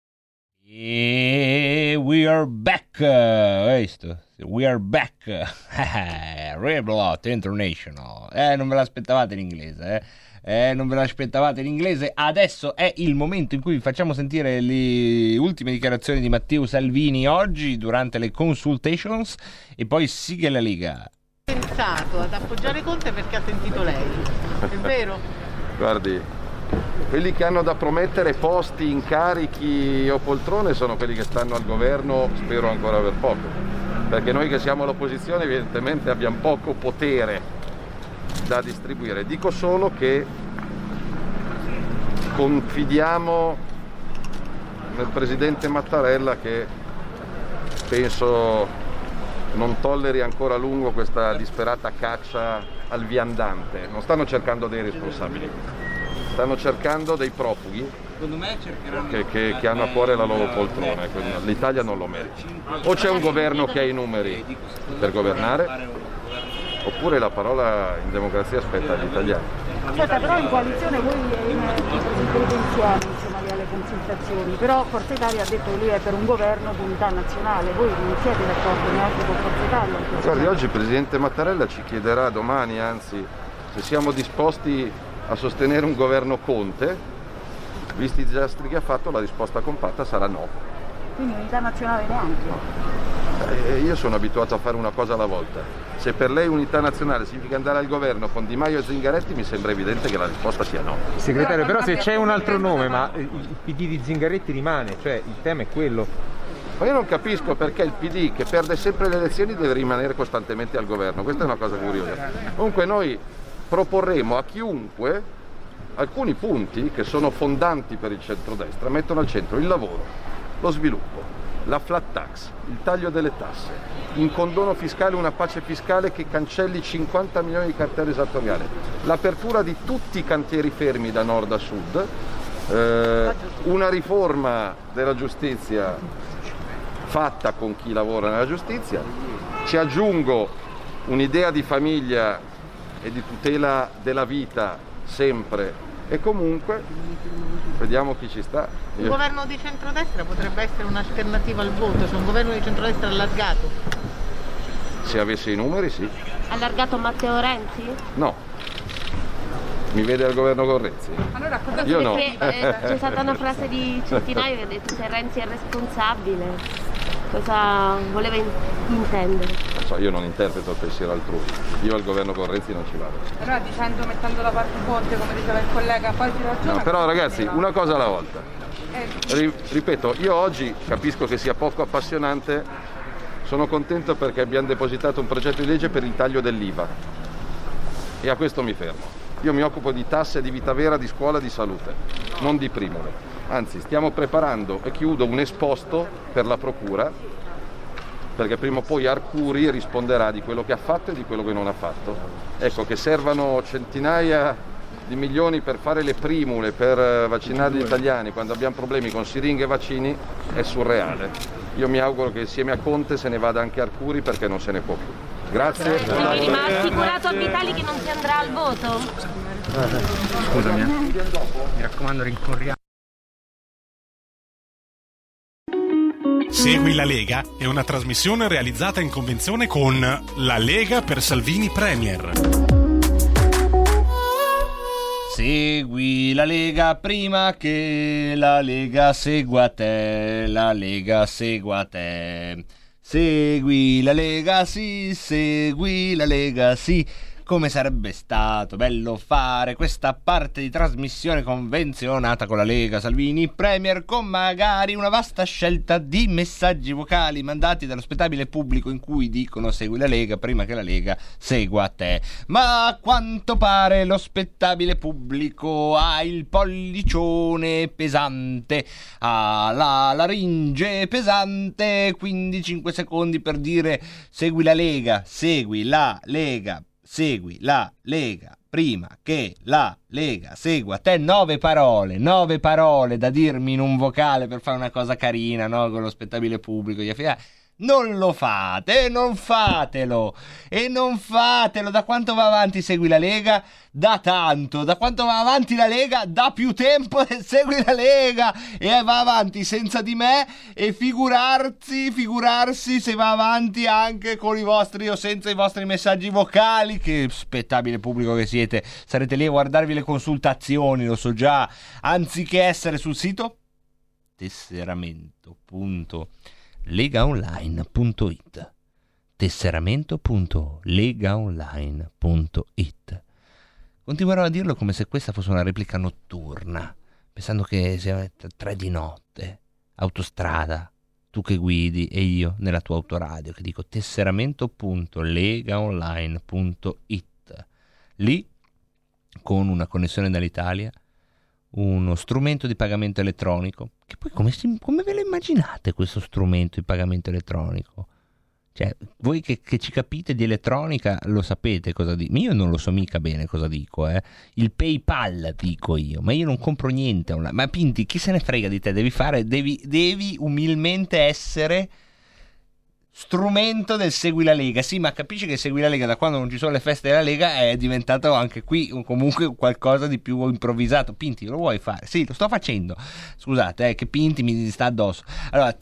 We are back. We are back. Reblot International. Non ve l'aspettavate in inglese, non ve l'aspettavate in inglese. Adesso è il momento in cui vi facciamo sentire le ultime dichiarazioni di Matteo Salvini oggi durante le consultations e poi sigue la Lega. Pensato ad appoggiare Conte perché ha sentito lei, è vero? Guardi, quelli che hanno da promettere posti, incarichi o poltrone sono quelli che stanno al governo, spero ancora per poco. perché noi che siamo all'opposizione evidentemente abbiamo poco potere da distribuire. Dico solo che confidiamo nel presidente Mattarella, che penso non tolleri ancora a lungo questa disperata caccia al viandante. Non stanno cercando dei responsabili, stanno cercando dei profughi che hanno a cuore la loro poltrona. L'Italia non lo merita. O c'è un governo che ha i numeri per governare, oppure la parola in democrazia spetta agli italiani. Aspetta, però in coalizione voi siete insieme, insomma, alle consultazioni, però Forza Italia ha detto che lui è per un governo di unità nazionale, voi non siete d'accordo neanche con Forza Italia? Guardi, oggi il presidente Mattarella ci chiederà domani, anzi, se siamo disposti a sostenere un governo Conte. Visti i disastri che ha fatto, la risposta compatta sarà no. Quindi unità nazionale neanche? Io sono abituato a fare una cosa alla volta. Se per lei unità nazionale significa andare al governo con Di Maio e Zingaretti, mi sembra evidente che la risposta sia no. Segretario, però se c'è un altro nome, ma il PD di Zingaretti rimane, cioè il tema è quello. Ma io non capisco perché il PD, che perde sempre le elezioni, deve rimanere costantemente al governo. Questa è una cosa curiosa. Comunque noi proporremo a chiunque alcuni punti che sono fondanti per il centrodestra. Mettono al centro il lavoro, lo sviluppo, la flat tax, il taglio delle tasse, in condono fiscale una pace fiscale che cancelli 50 milioni di cartelle esattoriali, l'apertura di tutti i cantieri fermi da nord a sud, una riforma della giustizia fatta con chi lavora nella giustizia. Ci aggiungo un'idea di famiglia e di tutela della vita sempre e comunque. Vediamo chi ci sta. Un governo di centrodestra potrebbe essere un'alternativa al voto, cioè un governo di centrodestra allargato. Se avesse i numeri, sì. Allargato Matteo Renzi? No. Mi vede al governo con Renzi? Allora, cosa io no. C'è stata una frase di Centinaio che ha detto: se Renzi è responsabile. Cosa voleva intendere? Non so, io non interpreto il pensiero altrui. Io al governo con Renzi non ci vado. Allora dicendo, mettendo la parte Conte, come diceva il collega, poi si ragiona. No, però ragazzi, una cosa alla volta. Ripeto, io oggi capisco che sia poco appassionante, sono contento perché abbiamo depositato un progetto di legge per il taglio dell'IVA e a questo mi fermo. Io mi occupo di tasse, di vita vera, di scuola, di salute, non di primule. Anzi, stiamo preparando e chiudo un esposto per la procura, perché prima o poi Arcuri risponderà di quello che ha fatto e di quello che non ha fatto. Ecco, che servano centinaia di milioni per fare le primule, per vaccinare gli italiani quando abbiamo problemi con siringhe e vaccini, è surreale. Io mi auguro che insieme a Conte se ne vada anche Arcuri, perché non se ne può più. Grazie. Quindi, ma ha assicurato a Vitali che non si andrà al voto? Scusami, mi raccomando, rincorriamo. Segui la Lega è una trasmissione realizzata in convenzione con La Lega per Salvini Premier. Segui la Lega prima che la Lega segua te, la Lega segua te. Segui la Lega sì, segui la Lega sì. Come sarebbe stato bello fare questa parte di trasmissione convenzionata con la Lega Salvini Premier, con magari una vasta scelta di messaggi vocali mandati dallo spettabile pubblico in cui dicono segui la Lega prima che la Lega segua te. Ma a quanto pare lo spettabile pubblico ha il pollicione pesante, ha la laringe pesante, quindi 5 secondi per dire segui la Lega, segui la Lega, segui la Lega prima che la Lega segua te. 9 parole da dirmi in un vocale per fare una cosa carina, no? Con lo spettabile pubblico. Non lo fate, non fatelo. E non fatelo. Da quanto va avanti Segui la Lega? Da tanto. Da quanto va avanti la Lega? Da più tempo Segui la Lega. E va avanti senza di me. E figurarsi se va avanti anche con i vostri o senza i vostri messaggi vocali. Che spettabile pubblico che siete. Sarete lì a guardarvi le consultazioni, lo so già. Anziché essere sul sito tesseramento.legaonline.it tesseramento.legaonline.it. Continuerò a dirlo come se questa fosse una replica notturna, pensando che sia 3 di notte, autostrada, tu che guidi e io nella tua autoradio, che dico tesseramento.legaonline.it. Lì, con una connessione dall'Italia, uno strumento di pagamento elettronico, che poi come ve lo immaginate questo strumento di pagamento elettronico? Cioè, voi che ci capite di elettronica lo sapete cosa dico. Io non lo so mica bene cosa dico, Il PayPal dico io, ma io non compro niente online. Ma Pinti, chi se ne frega di te? Devi umilmente essere strumento del Segui la Lega. Sì, ma capisci che Segui la Lega, da quando non ci sono le feste della Lega, è diventato anche qui comunque qualcosa di più improvvisato. Pinti, lo vuoi fare? Sì, lo sto facendo. Scusate, che Pinti mi sta addosso. Allora,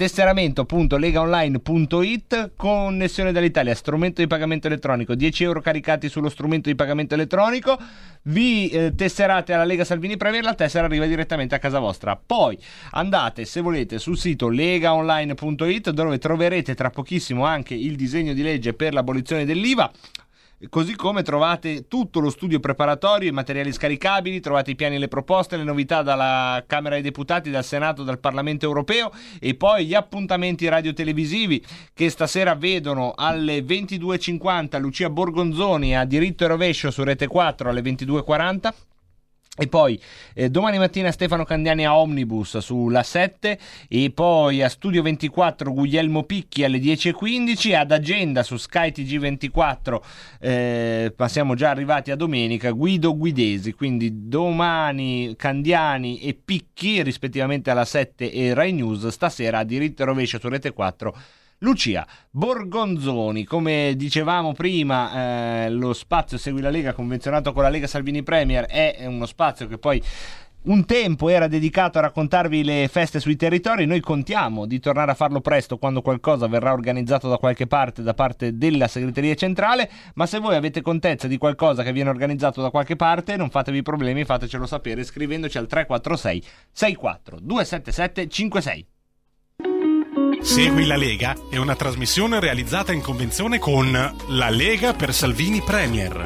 tesseramento.legaonline.it, connessione dall'Italia, strumento di pagamento elettronico, 10 euro caricati sullo strumento di pagamento elettronico, vi tesserate alla Lega Salvini Premier, la tessera arriva direttamente a casa vostra. Poi andate, se volete, sul sito legaonline.it, dove troverete tra pochissimo anche il disegno di legge per l'abolizione dell'IVA, così come trovate tutto lo studio preparatorio, i materiali scaricabili, trovate i piani e le proposte, le novità dalla Camera dei Deputati, dal Senato, dal Parlamento Europeo, e poi gli appuntamenti radiotelevisivi che stasera vedono alle 22.50 Lucia Borgonzoni a Diritto e Rovescio su Rete 4 alle 22.40. E poi domani mattina Stefano Candiani a Omnibus sulla 7, e poi a Studio 24 Guglielmo Picchi alle 10.15, ad Agenda su Sky TG24, ma siamo già arrivati a domenica, Guido Guidesi. Quindi domani Candiani e Picchi rispettivamente alla 7 e Rai News, stasera a Diritto e Rovescio su Rete 4 Lucia Borgonzoni. Come dicevamo prima, lo spazio Segui la Lega, convenzionato con la Lega Salvini Premier, è uno spazio che poi un tempo era dedicato a raccontarvi le feste sui territori. Noi contiamo di tornare a farlo presto, quando qualcosa verrà organizzato da qualche parte, da parte della segreteria centrale. Ma se voi avete contezza di qualcosa che viene organizzato da qualche parte, non fatevi problemi, fatecelo sapere scrivendoci al 346 64 277 56. Segui la Lega è una trasmissione realizzata in convenzione con La Lega per Salvini Premier.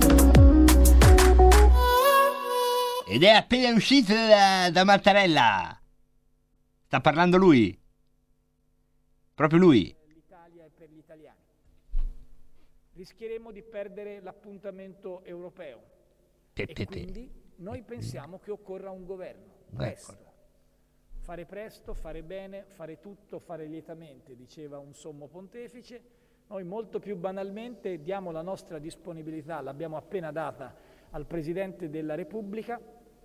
Ed è appena uscito da Mattarella. Sta parlando lui. Proprio lui. L'Italia è per gli italiani. Rischieremo di perdere l'appuntamento europeo. E quindi noi pensiamo che occorra un governo. Presto. Fare presto, fare bene, fare tutto, fare lietamente, diceva un sommo pontefice. Noi molto più banalmente diamo la nostra disponibilità, l'abbiamo appena data al Presidente della Repubblica,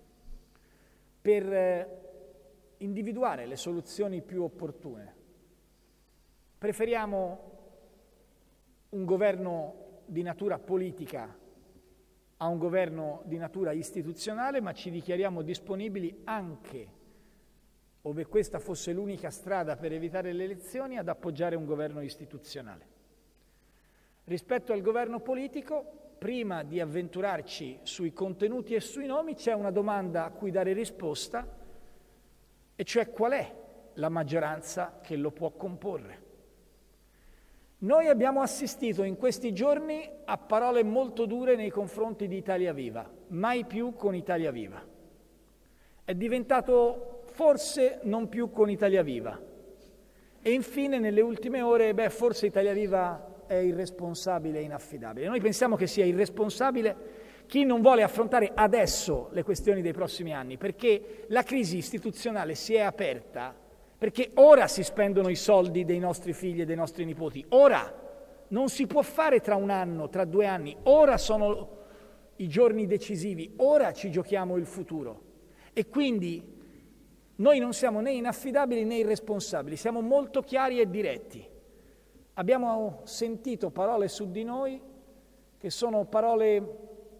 per individuare le soluzioni più opportune. Preferiamo un governo di natura politica a un governo di natura istituzionale, ma ci dichiariamo disponibili anche, ove questa fosse l'unica strada per evitare le elezioni, ad appoggiare un governo istituzionale. Rispetto al governo politico, prima di avventurarci sui contenuti e sui nomi, c'è una domanda a cui dare risposta, e cioè qual è la maggioranza che lo può comporre. Noi abbiamo assistito in questi giorni a parole molto dure nei confronti di Italia Viva, mai più con Italia Viva. È diventato forse non più con Italia Viva. E infine, nelle ultime ore, forse Italia Viva è irresponsabile e inaffidabile. Noi pensiamo che sia irresponsabile chi non vuole affrontare adesso le questioni dei prossimi anni, perché la crisi istituzionale si è aperta, perché ora si spendono i soldi dei nostri figli e dei nostri nipoti. Ora non si può fare tra un anno, tra 2 anni. Ora sono i giorni decisivi. Ora ci giochiamo il futuro. E quindi noi non siamo né inaffidabili né irresponsabili, siamo molto chiari e diretti. Abbiamo sentito parole su di noi che sono parole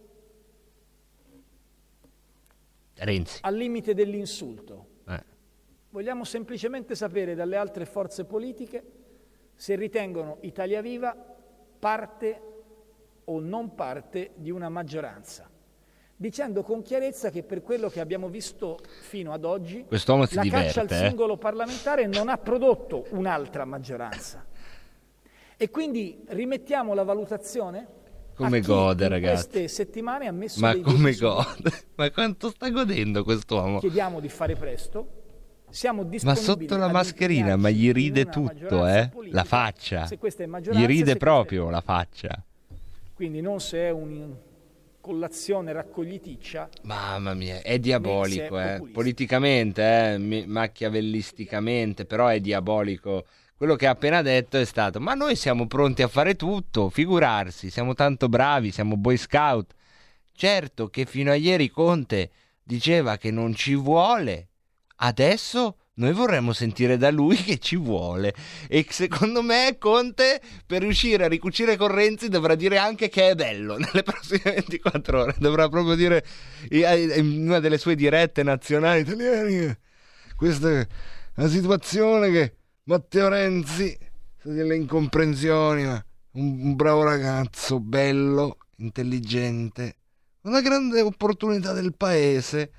Renzi, al limite dell'insulto. Vogliamo semplicemente sapere dalle altre forze politiche se ritengono Italia Viva parte o non parte di una maggioranza, dicendo con chiarezza che per quello che abbiamo visto fino ad oggi la caccia al singolo parlamentare non ha prodotto un'altra maggioranza. E quindi rimettiamo la valutazione come gode, ragazzi. Queste settimane ha messo ma dei come gode? Ma quanto sta godendo quest'uomo? Chiediamo di fare presto, Siamo Ma disponibili sotto la ad mascherina, ma gli ride tutto, la faccia. Se questa è maggioranza, Gli ride se proprio la faccia. Quindi non se è un collazione raccogliticcia. Mamma mia, è diabolico, né se è populista. politicamente, machiavellisticamente, però è diabolico. Quello che ha appena detto è stato: ma noi siamo pronti a fare tutto, figurarsi, siamo tanto bravi, siamo boy scout. Certo che fino a ieri Conte diceva che non ci vuole, adesso noi vorremmo sentire da lui che ci vuole. E secondo me Conte, per riuscire a ricucire con Renzi, dovrà dire anche che è bello nelle prossime 24 ore. Dovrà proprio dire in una delle sue dirette nazionali italiane: questa è la situazione che Matteo Renzi, delle incomprensioni, ma un bravo ragazzo, bello, intelligente, una grande opportunità del paese,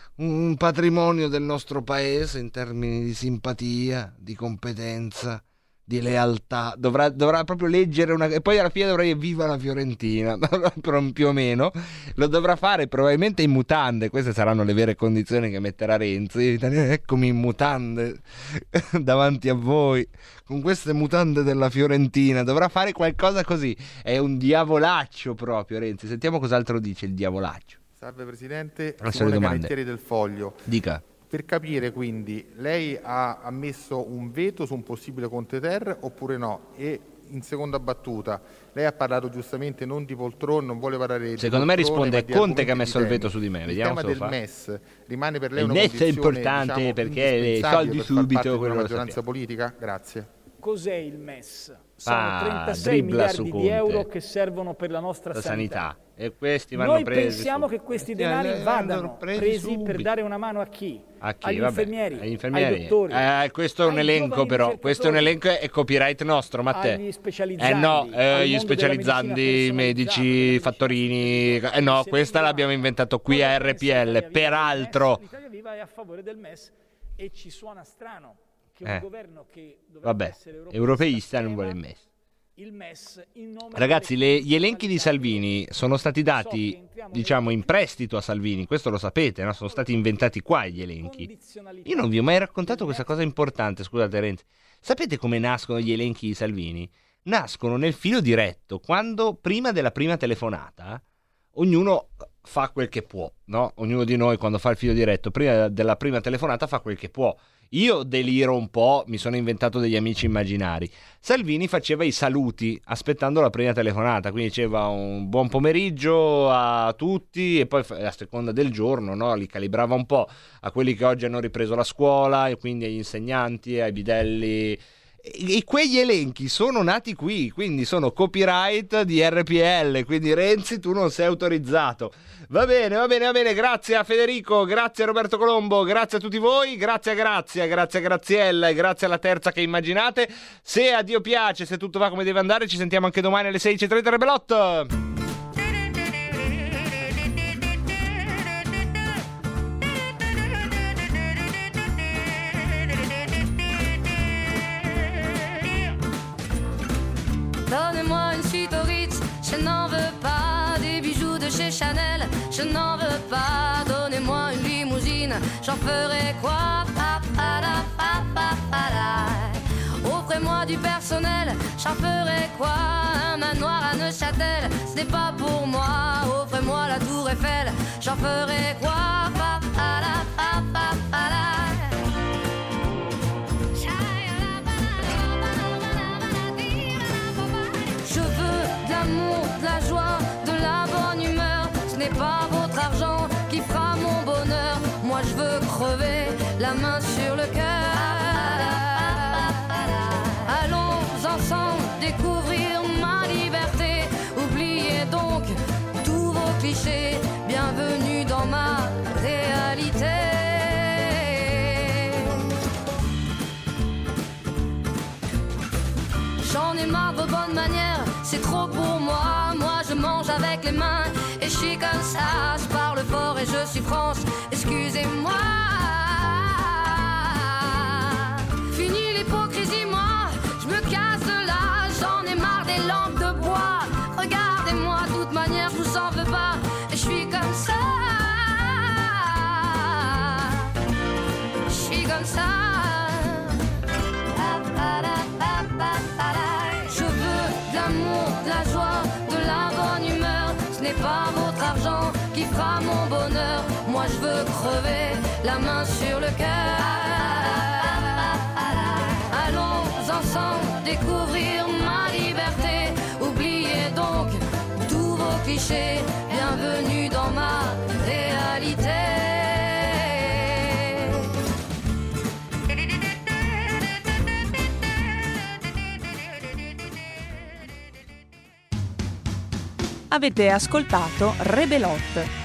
un patrimonio del nostro paese in termini di simpatia, di competenza, di lealtà. Dovrà proprio leggere e poi alla fine dovrà dire viva la Fiorentina, più o meno. Lo dovrà fare probabilmente in mutande. Queste saranno le vere condizioni che metterà Renzi. Eccomi in mutande davanti a voi, con queste mutande della Fiorentina. Dovrà fare qualcosa così. È un diavolaccio proprio Renzi. Sentiamo cos'altro dice il diavolaccio. Salve Presidente, Simone Canettieri del Foglio. Dica. Per capire quindi, lei ha ammesso un veto su un possibile Conte Ter oppure no? E in seconda battuta, lei ha parlato giustamente non di poltrone, non vuole parlare di secondo me risponde di Conte che ha messo il temi. veto su di me. Il Vediamo tema se lo del fa. MES rimane per lei Il una MES condizione, è importante diciamo, perché le indispensabile soldi per far subito, parte di quello una lo maggioranza sappiamo. politica? Grazie. Cos'è il MES? Sono 36 dribbla su miliardi di Conte. euro che servono per la nostra La sanità. sanità. E questi vanno Noi presi pensiamo che questi denari vadano presi per subito. dare una mano a chi? A chi? Agli Vabbè, infermieri, agli infermieri. ai dottori, Questo è un ai elenco giovani però, ricercatori, questo è un elenco, è copyright nostro, Matteo. agli specializzandi, No, al gli mondo della specializzandi, medicina medici, fattorini. No, questa l'abbiamo inventato qui a RPL, peraltro. L'Italia Viva è a favore del MES e ci suona strano che un governo che dovrebbe Vabbè, essere europeista non vuole il MES. il MES in nome Ragazzi, gli elenchi di Salvini sono stati dati, diciamo, in prestito a Salvini, questo lo sapete, no? Sono stati inventati qua gli elenchi. Io non vi ho mai raccontato questa cosa importante, scusate Renzi. Sapete come nascono gli elenchi di Salvini? Nascono nel filo diretto, quando prima della prima telefonata ognuno fa quel che può, no? Ognuno di noi quando fa il filo diretto, prima della prima telefonata fa quel che può. Io deliro un po', mi sono inventato degli amici immaginari. Salvini faceva i saluti aspettando la prima telefonata, quindi diceva un buon pomeriggio a tutti e poi a seconda del giorno, no? Li calibrava un po' a quelli che oggi hanno ripreso la scuola e quindi agli insegnanti, ai bidelli. E quegli elenchi sono nati qui, quindi sono copyright di RPL, quindi Renzi tu non sei autorizzato. Va bene, grazie a Federico, grazie a Roberto Colombo, grazie a tutti voi, grazie a Grazia, grazie a Graziella e grazie alla terza che immaginate. Se a Dio piace, se tutto va come deve andare, ci sentiamo anche domani alle 16:30 Rebelot. Donnez-moi une suite au Ritz, je n'en veux pas. Des bijoux de chez Chanel, je n'en veux pas. Donnez-moi une limousine, j'en ferai quoi? Offrez-moi du personnel, j'en ferai quoi? Un manoir à Neuchâtel, ce n'est pas pour moi. Offrez-moi la tour Eiffel, j'en ferai quoi? Je veux de l'amour, de la joie, de la bonne humeur. Ce n'est pas votre argent qui fera mon bonheur. Moi je veux crever la main sur le cœur. Allons ensemble découvrir ma liberté. Oubliez donc tous vos clichés. Bienvenue dans ma réalité. J'en ai marre de vos bonnes manières, c'est trop pour moi. Moi je mange avec les mains et je suis comme ça. Je parle fort et je suis France, excusez-moi. Fini l'hypocrisie, moi, je me casse de là. J'en ai marre des lampes de bois. Regardez-moi, de toute manière je vous en veux pas. Et je suis comme ça. Je suis comme comme ça. Je veux de l'amour, de la joie, de la bonne humeur. Ce n'est pas votre argent qui fera mon bonheur. Moi je veux crever la main sur le cœur. Allons ensemble découvrir ma liberté. Oubliez donc tous vos clichés. Bienvenue dans ma réalité. Avete ascoltato Rebelot,